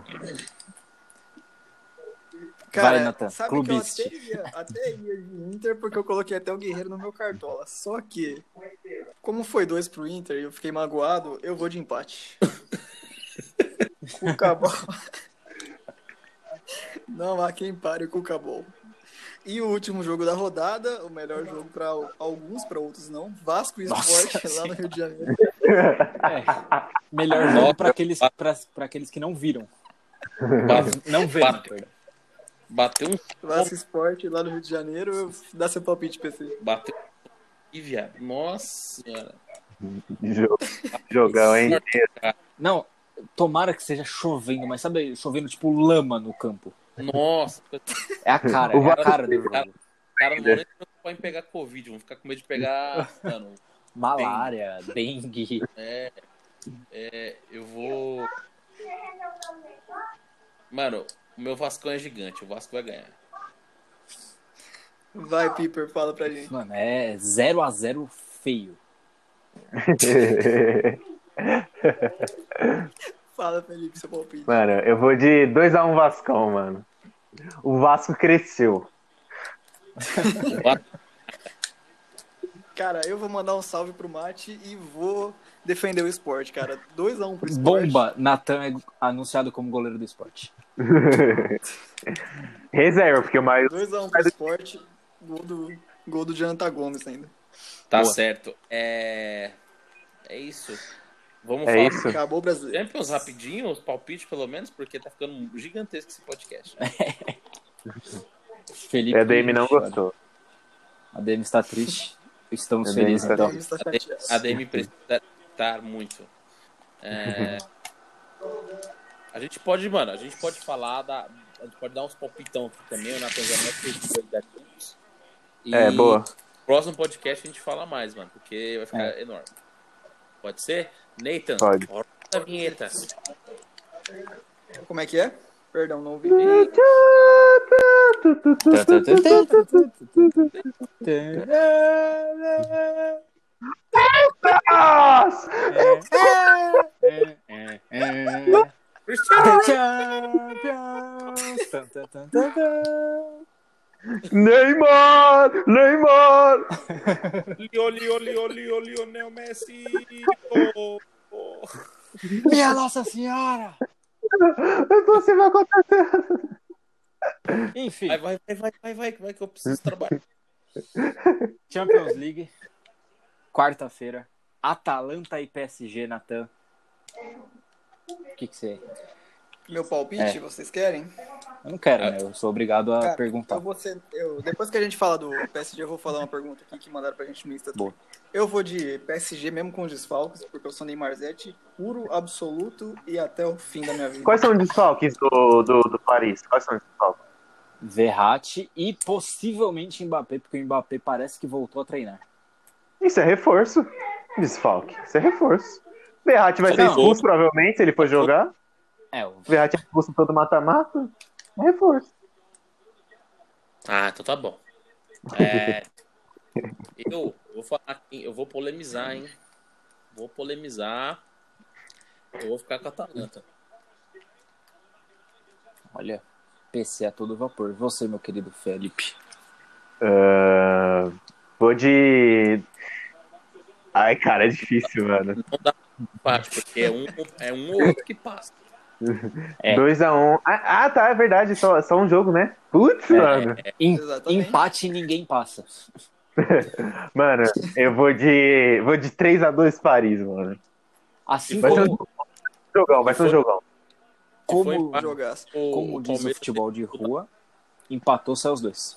Cara, vai, Natan. sabe Clubiste. que eu até ia de Inter porque eu coloquei até o Guerreiro no meu cartola. Só que, como foi 2 pro Inter e eu fiquei magoado, eu vou de empate. O Cabal Não há quem pare o Cucabol. E o último jogo da rodada, o melhor jogo para alguns, para outros não. Vasco e Sport lá no Rio de Janeiro. Melhor jogo para aqueles que não viram. Não viram. Bateu um. Vasco e Sport lá no Rio de Janeiro. Dá seu palpite, PC. Bateu e viado. Nossa senhora. Jogão, hein? Não, tomara que seja chovendo, mas sabe, chovendo tipo lama no campo. Nossa. É a cara do jogo. Cara, não podem pegar Covid, vão ficar com medo de pegar, mano, malária, dengue. Eu vou... Mano, o meu Vascão é gigante, o Vasco vai ganhar. Vai, Piper, fala pra gente. Mano, é 0-0 feio. Fala, Felipe, seu palpite. Mano, eu vou de 2-1 Vascão, mano. O Vasco cresceu. Cara, eu vou mandar um salve pro Mate e vou defender o esporte, cara. 2-1 pro esporte. Bomba, Natan é anunciado como goleiro do esporte. Reserva, porque o mais... 2-1 pro esporte, gol do Jonathan Gomes ainda. Tá Boa. certo. É isso. Vamos É falar isso. Acabou o brasileiro. Champions rapidinho, os palpites pelo menos, porque tá ficando gigantesco esse podcast. Felipe, A DM não chora. gostou. A DM está triste. Estamos A DM felizes, está então. Gomes tá chateado. A DM precisa estar muito. A gente pode falar a gente pode dar uns palpitão aqui também, o Nathan já não fez gatinhos. Boa. Próximo podcast a gente fala mais, mano, porque vai ficar enorme. Pode ser? Nathan, Pode. roda a vinheta. Como é que é? Perdão, não ouvi. Nossa! Neymar! Lionel Messi! Minha Nossa Senhora! Você vai acontecer. Enfim, Vai que eu preciso trabalhar. Champions League, quarta-feira, Atalanta e PSG, Natan. O que você... Meu palpite, vocês querem? Eu não quero, né? Eu sou obrigado a Cara, perguntar. depois que a gente falar do PSG, eu vou falar uma pergunta aqui que mandaram pra gente no Insta. Boa. Eu vou de PSG mesmo com os desfalques, porque eu sou Neymar Zete, puro, absoluto e até o fim da minha vida. Quais são os desfalques do Paris? Quais são os desfalques? Verratti e possivelmente Mbappé, porque o Mbappé parece que voltou a treinar. Isso é reforço. Desfalque. Isso é reforço. Verratti vai ser expulso, provavelmente, se ele for jogar. O Verratti é expulso todo mata-mata. É reforço. Ah, então tá bom. Eu vou falar aqui, eu vou polemizar, hein? Eu vou ficar com a Atalanta. Olha, PC a todo vapor. Você, meu querido Felipe. Vou de... Ai, cara, é difícil, mano. Não dá empate, porque é um ou outro que passa. 2-1. Tá, é verdade. Só um jogo, né? Putz, mano. Exatamente. Empate ninguém passa. Mano, eu vou de 3-2 Paris, mano. Assim Vai ser como, vai ser um jogão. como Jogaço. diz o Palmeiras futebol de rua, empatou, saiu os dois.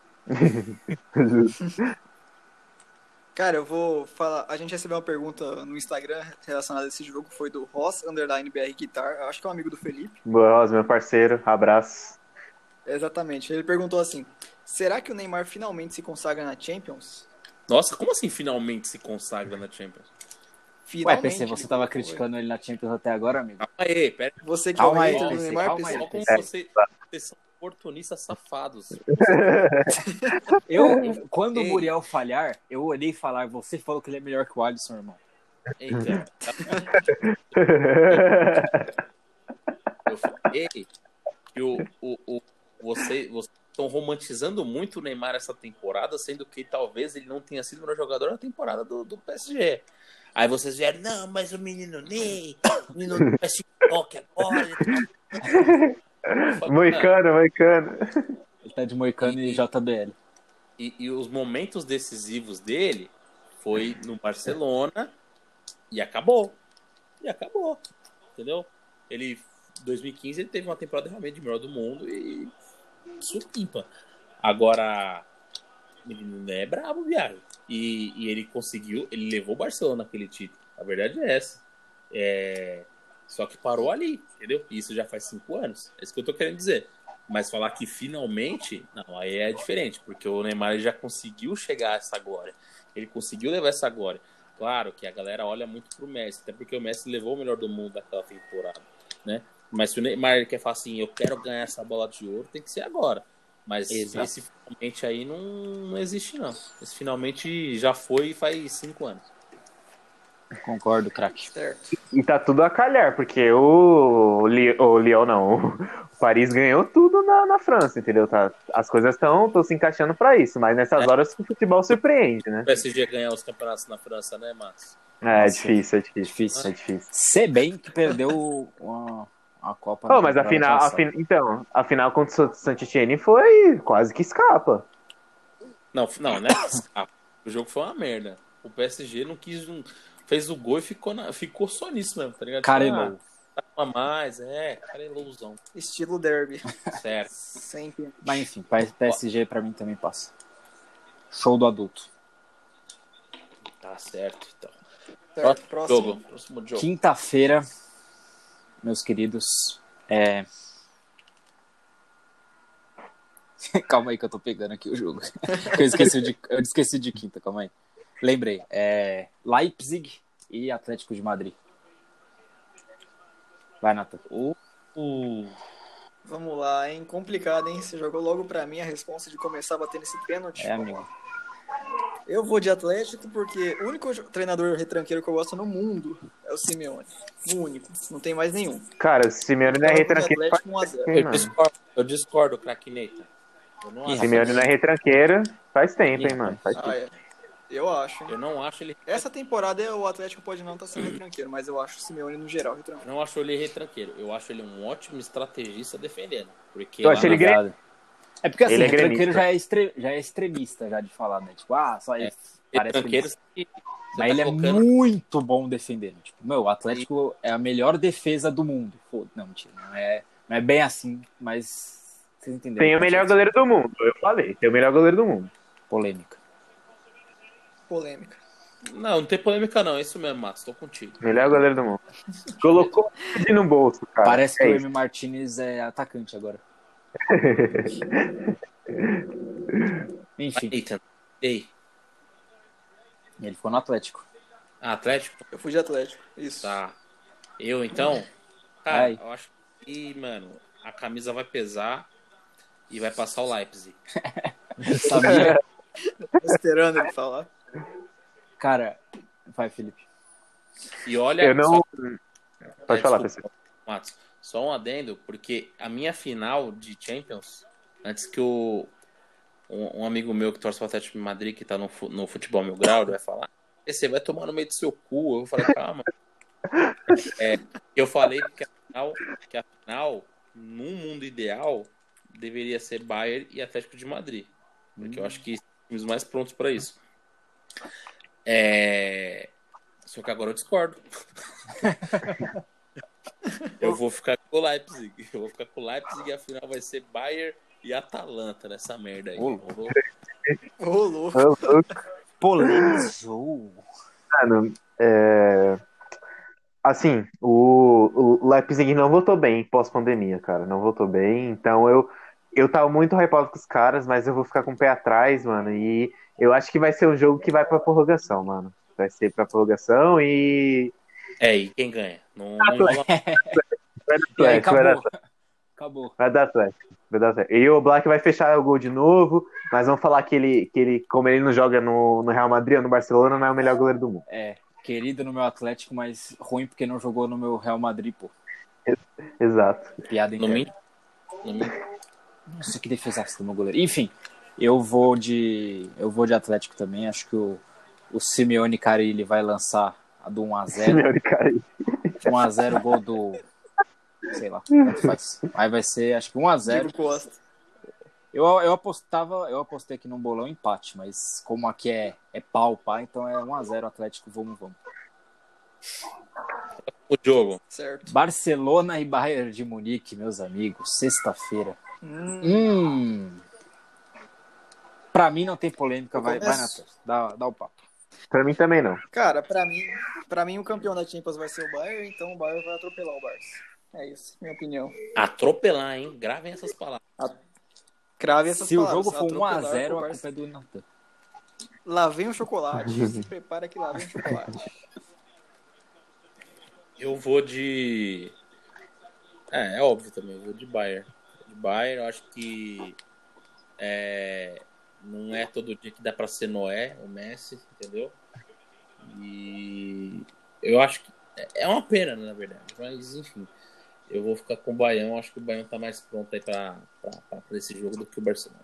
Cara, eu vou falar. A gente recebeu uma pergunta no Instagram relacionada a esse jogo, foi do Ross_BR Guitar. Eu acho que é um amigo do Felipe. Boa, Rosa, meu parceiro. Abraço. Exatamente. Ele perguntou assim: será que o Neymar finalmente se consagra na Champions? Nossa, como assim finalmente se consagra na Champions? Ué, PC, você tava criticando ele na Champions até agora, amigo? Calma aí, pera. Você que é o Calma aí, hater do PC, Neymar, calma PC. aí. Só como vocês são oportunistas safados. Quando o Ei. Muriel falhar, eu olhei e falar, você falou que ele é melhor que o Alisson, irmão. Eita. Eu falei que vocês estão romantizando muito o Neymar essa temporada, sendo que talvez ele não tenha sido o melhor jogador na temporada do PSG. Aí vocês vieram, não, mas o menino Ney, o menino vai se toque agora. Moicano. Ele tá de Moicano e JBL. E os momentos decisivos dele foi no Barcelona e acabou. Entendeu? Em 2015 ele teve uma temporada realmente de melhor do mundo e supimpa. Agora, ele é brabo, viado. E ele conseguiu, ele levou o Barcelona naquele título. A verdade é essa. Só que parou ali, entendeu? E isso já faz 5 anos. É isso que eu tô querendo dizer. Mas falar que finalmente, não, aí é diferente, porque o Neymar já conseguiu chegar a essa glória. Ele conseguiu levar essa glória. Claro que a galera olha muito pro Messi, até porque o Messi levou o melhor do mundo daquela temporada, né? Mas se o Neymar quer falar assim, eu quero ganhar essa bola de ouro, tem que ser agora. Mas esse finalmente aí não existe, não. Esse finalmente já foi faz 5 anos. Concordo, craque. Certo. E tá tudo a calhar, porque o Lyon não, o Paris ganhou tudo na França, entendeu? As coisas estão se encaixando pra isso, mas nessas horas que o futebol surpreende, né? O PSG ganhar os campeonatos na França, né, Márcio? É difícil. Se bem que perdeu a Copa. Mas a final contra o Saint-Étienne foi quase que escapa. Não é escapa. O jogo foi uma merda. O PSG não quis... Fez o gol e ficou só nisso mesmo, tá ligado? Carelou. A mais, carelouzão. Estilo derby. Certo. Sempre. Mas enfim, PSG pra mim também passa. Show do adulto. Tá certo, então. Certo, Próximo jogo. Quinta-feira, meus queridos, Calma aí que eu tô pegando aqui o jogo. Eu esqueci de quinta, calma aí. Lembrei, Leipzig e Atlético de Madrid. Vai, Nathan. Vamos lá, hein? Complicado, hein? Você jogou logo pra mim a responsa de começar a bater nesse pênalti. Amigo. Eu vou de Atlético porque o único treinador retranqueiro que eu gosto no mundo é o Simeone. O único. Não tem mais nenhum. Cara, o Simeone não é retranqueiro. Atlético 1-0. Eu discordo, craque Neita. O Simeone não é retranqueiro faz tempo, hein, mano? Faz tempo. Eu acho. Eu não acho ele... Essa temporada o Atlético pode não estar sendo retranqueiro, mas eu acho o Simeone no geral retranqueiro. Eu não acho ele retranqueiro. Eu acho ele um ótimo estrategista defendendo. Porque eu acho ele grande. É porque assim, ele retranqueiro já é extremista já de falar, né? Tipo, só parece que... Mas ele é muito bom defendendo. Tipo, o Atlético é a melhor defesa do mundo. Não, mentira. Não é bem assim, mas vocês entenderam. Tem o melhor goleiro do mundo, eu falei. Tem o melhor goleiro do mundo. Polêmica. Não tem polêmica não, é isso mesmo, Matos, tô contigo. Melhor goleiro do mundo. Colocou ele no bolso, cara. Parece que o Emi Martinez é atacante agora. Enfim. Ei. Ele ficou no Atlético. Atlético? Eu fui de Atlético, isso. Tá. Eu, então? Cara, eu acho que, mano, a camisa vai pesar e vai passar o Leipzig. Sabia? Tô esperando ele falar. Cara, vai, Felipe. E olha... Eu não... Pode falar, pessoal. Matos, só um adendo, porque a minha final de Champions, antes que um amigo meu que torce para o Atlético de Madrid, que tá no Futebol Mil Grau, vai falar, você vai tomar no meio do seu cu. Eu falei, calma. Eu falei que a final, num mundo ideal, deveria ser Bayern e Atlético de Madrid. Porque eu acho que estamos mais prontos para isso. Só que agora eu discordo. Eu vou ficar com o Leipzig. E a final vai ser Bayern e Atalanta nessa merda aí. Ô, louco. Polemizou. Mano, assim, o Leipzig não voltou bem pós-pandemia, cara. Não voltou bem. Então eu tava muito hypado com os caras, mas eu vou ficar com o pé atrás, mano. E eu acho que vai ser um jogo que vai pra prorrogação, mano. Vai ser pra prorrogação e... E quem ganha? Não Acabou. Vai dar Atlético. E o Black vai fechar o gol de novo, mas vamos falar que ele como ele não joga no Real Madrid ou no Barcelona, não é o melhor goleiro do mundo. Querido no meu Atlético, mas ruim porque não jogou no meu Real Madrid, pô. Exato. Piada interna. Nossa, que defesaço do meu goleiro. Enfim, eu vou de Atlético também. Acho que o Simeone Carilli vai lançar a do 1-0. Simeone Carilli. 1-0, gol do sei lá, tanto faz. Aí vai ser, acho que 1x0. Diego Costa. Eu apostei aqui num bolão empate, mas como aqui é pau, então é 1x0 Atlético, vamos. O jogo. Certo. Barcelona e Bayern de Munique, meus amigos, sexta-feira. Pra mim não tem polêmica, vai Natan, dá o papo. Pra mim também não. Cara, pra mim o campeão da Champions vai ser o Bayern, então o Bayern vai atropelar o Barça. É isso, minha opinião. Atropelar, hein? Gravem essas palavras. Crave essas Se palavras. o jogo for 1x0, a Barça... culpa é do Natan. Lá vem o chocolate. Se prepara que lá vem o chocolate. Eu vou de... É óbvio também, eu vou de Bayern. Eu acho que não é todo dia que dá pra ser Noé, o Messi, entendeu? E eu acho que é uma pena, na verdade. Mas, enfim, eu vou ficar com o Baião. Acho que o Baião tá mais pronto aí pra esse jogo do que o Barcelona.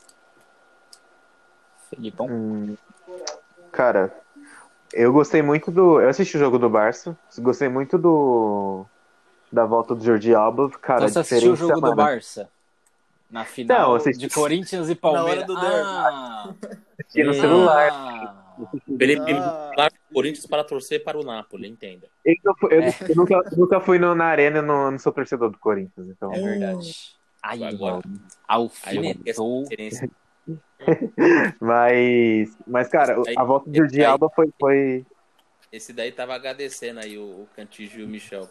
Felipão? Cara, eu gostei muito eu assisti o jogo do Barça. Gostei muito da volta do Jordi Alba. Cara, então você assistiu o jogo do Barça? Na final de Corinthians e Palmeiras. Na hora do derby. Assisti no celular. Felipe, Corinthians para torcer para o Napoli, entenda. Eu nunca fui na arena e não sou torcedor do Corinthians. Então... É verdade. Aí, agora. Alfinetou. Mas, cara, a volta do Jordi Alba foi... Esse daí tava agradecendo aí o Cantígio e o Michel.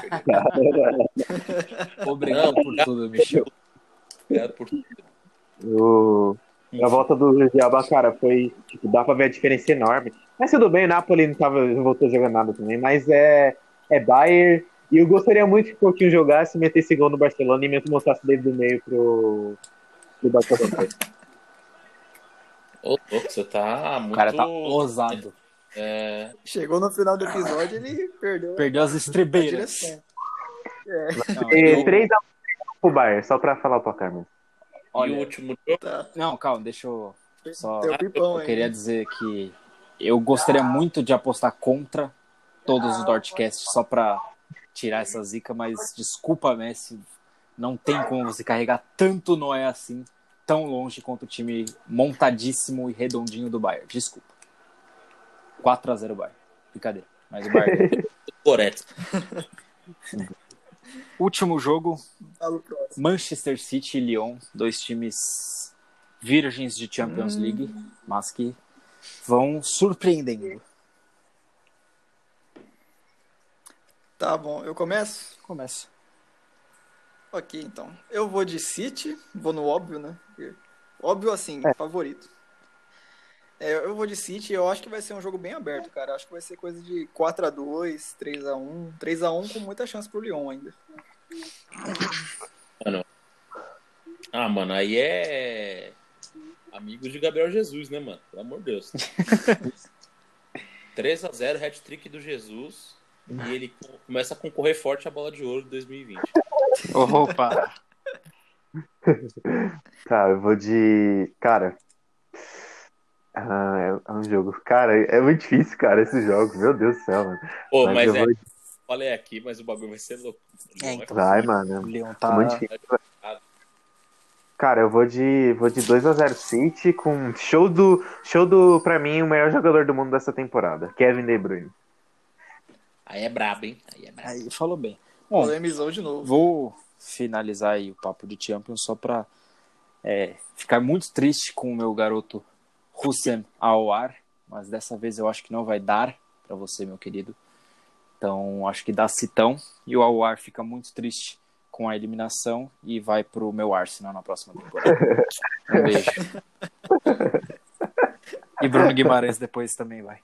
Obrigado por tudo, Michel. Obrigado por tudo. A volta do Jordi Alba, cara, foi... Tipo, dá pra ver a diferença enorme. Mas tudo bem, o Napoli não voltou a jogar nada também. Mas é Bayern. E eu gostaria muito que o Coutinho jogasse, metesse gol no Barcelona e mesmo mostrasse desde o meio pro Barcelona. Ô, louco, você tá muito... O cara tá ousado. Chegou no final do episódio, ele perdeu as estribeiras. 3x1 pro Bayern, só pra falar o placar mesmo. Olha, e o último jogo? Tá. Não, calma, deixa eu só... Eu queria dizer que eu gostaria muito de apostar contra todos os Dortcasts só pra tirar essa zica, mas desculpa, Messi, não tem como você carregar tanto Noé assim, tão longe contra o time montadíssimo e redondinho do Bayern. Desculpa. 4x0 Bayern. Brincadeira. Mas o Bayern... Correto. Último jogo, Manchester City e Lyon, dois times virgens de Champions League, mas que vão surpreendendo. Tá bom, eu começo? Começa. Ok, então. Eu vou de City, vou no óbvio, né? Óbvio assim, favorito. Eu vou de City e eu acho que vai ser um jogo bem aberto, cara. Acho que vai ser coisa de 4x2, 3x1. 3x1 com muita chance pro Lyon ainda. Mano, aí é amigos de Gabriel Jesus, né, mano? Pelo amor de Deus. 3x0, hat-trick do Jesus. E ele começa a concorrer forte à bola de ouro de 2020. Opa! Tá, eu vou de... Cara... é um jogo... Cara, é muito difícil, cara, esse jogo. Meu Deus do céu, mano. Pô, mas falei aqui, mas o bagulho vai ser louco. Então, vai, mano. O Leão tá... muito difícil. Cara, eu vou de 2x0 City com show do, pra mim, o melhor jogador do mundo dessa temporada, Kevin De Bruyne. Aí é brabo, hein? Aí falou bem. Bom, polemizou de novo. Vou finalizar aí o papo de Champions só pra ficar muito triste com o meu garoto Houssem Aouar, mas dessa vez eu acho que não vai dar pra você, meu querido. Então, acho que dá Citão e o Aouar fica muito triste com a eliminação e vai pro meu Arsenal na próxima temporada. Um beijo. E Bruno Guimarães depois também vai.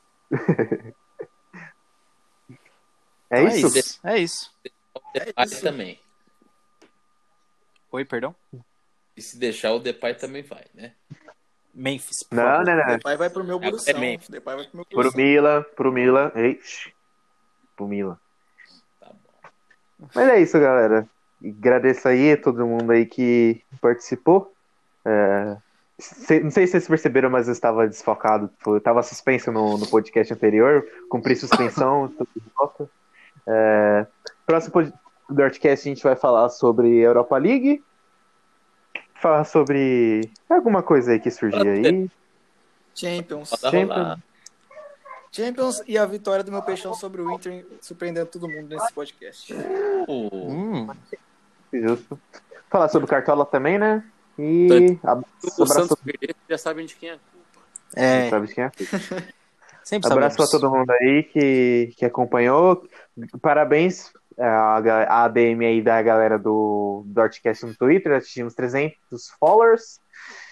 É isso? É isso. Depay também. Oi, perdão? E se deixar, o Depay também vai, né? Memphis, por Não. O Depay vai pro meu Borussia. Depay vai pro meu Borussia. Pro Milan. Eixe. Pro Milan. Tá bom. Mas é isso, galera. Agradeço aí a todo mundo aí que participou. Não sei se vocês perceberam, mas eu estava desfocado. Eu estava suspenso no podcast anterior. Cumpri suspensão. Tudo de volta. do Artcast a gente vai falar sobre Europa League, falar sobre alguma coisa aí que surgir aí. Champions e a vitória do meu peixão sobre o Inter, surpreendendo todo mundo nesse podcast. Justo. Falar sobre Cartola também, né? E o Santos perder, já sabem de quem é a culpa. Sabe de quem é a culpa. Abraço para todo mundo aí que acompanhou. Parabéns a ADM aí da galera do Artcast no Twitter. Atingimos 300 followers.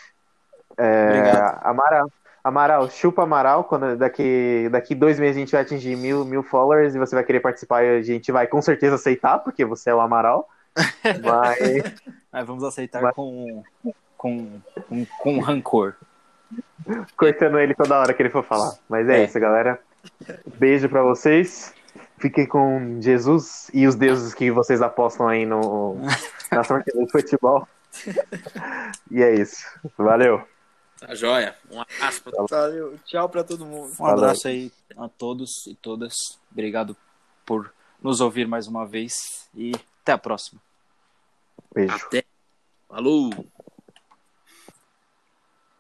Obrigado. Amaral, chupa Amaral. Quando daqui 2 meses a gente vai atingir 1.000 followers e você vai querer participar, a gente vai com certeza aceitar, porque você é o Amaral. Mas vamos aceitar com rancor. Cortando ele toda hora que ele for falar. Mas é isso, galera. Beijo pra vocês. Fiquem com Jesus e os deuses que vocês apostam aí na sorteio de futebol. E é isso. Valeu. Tá joia. Um abraço pra todos. Valeu. Tchau pra todo mundo. Um abraço aí a todos e todas. Obrigado por nos ouvir mais uma vez. E até a próxima. Beijo. Até. Falou.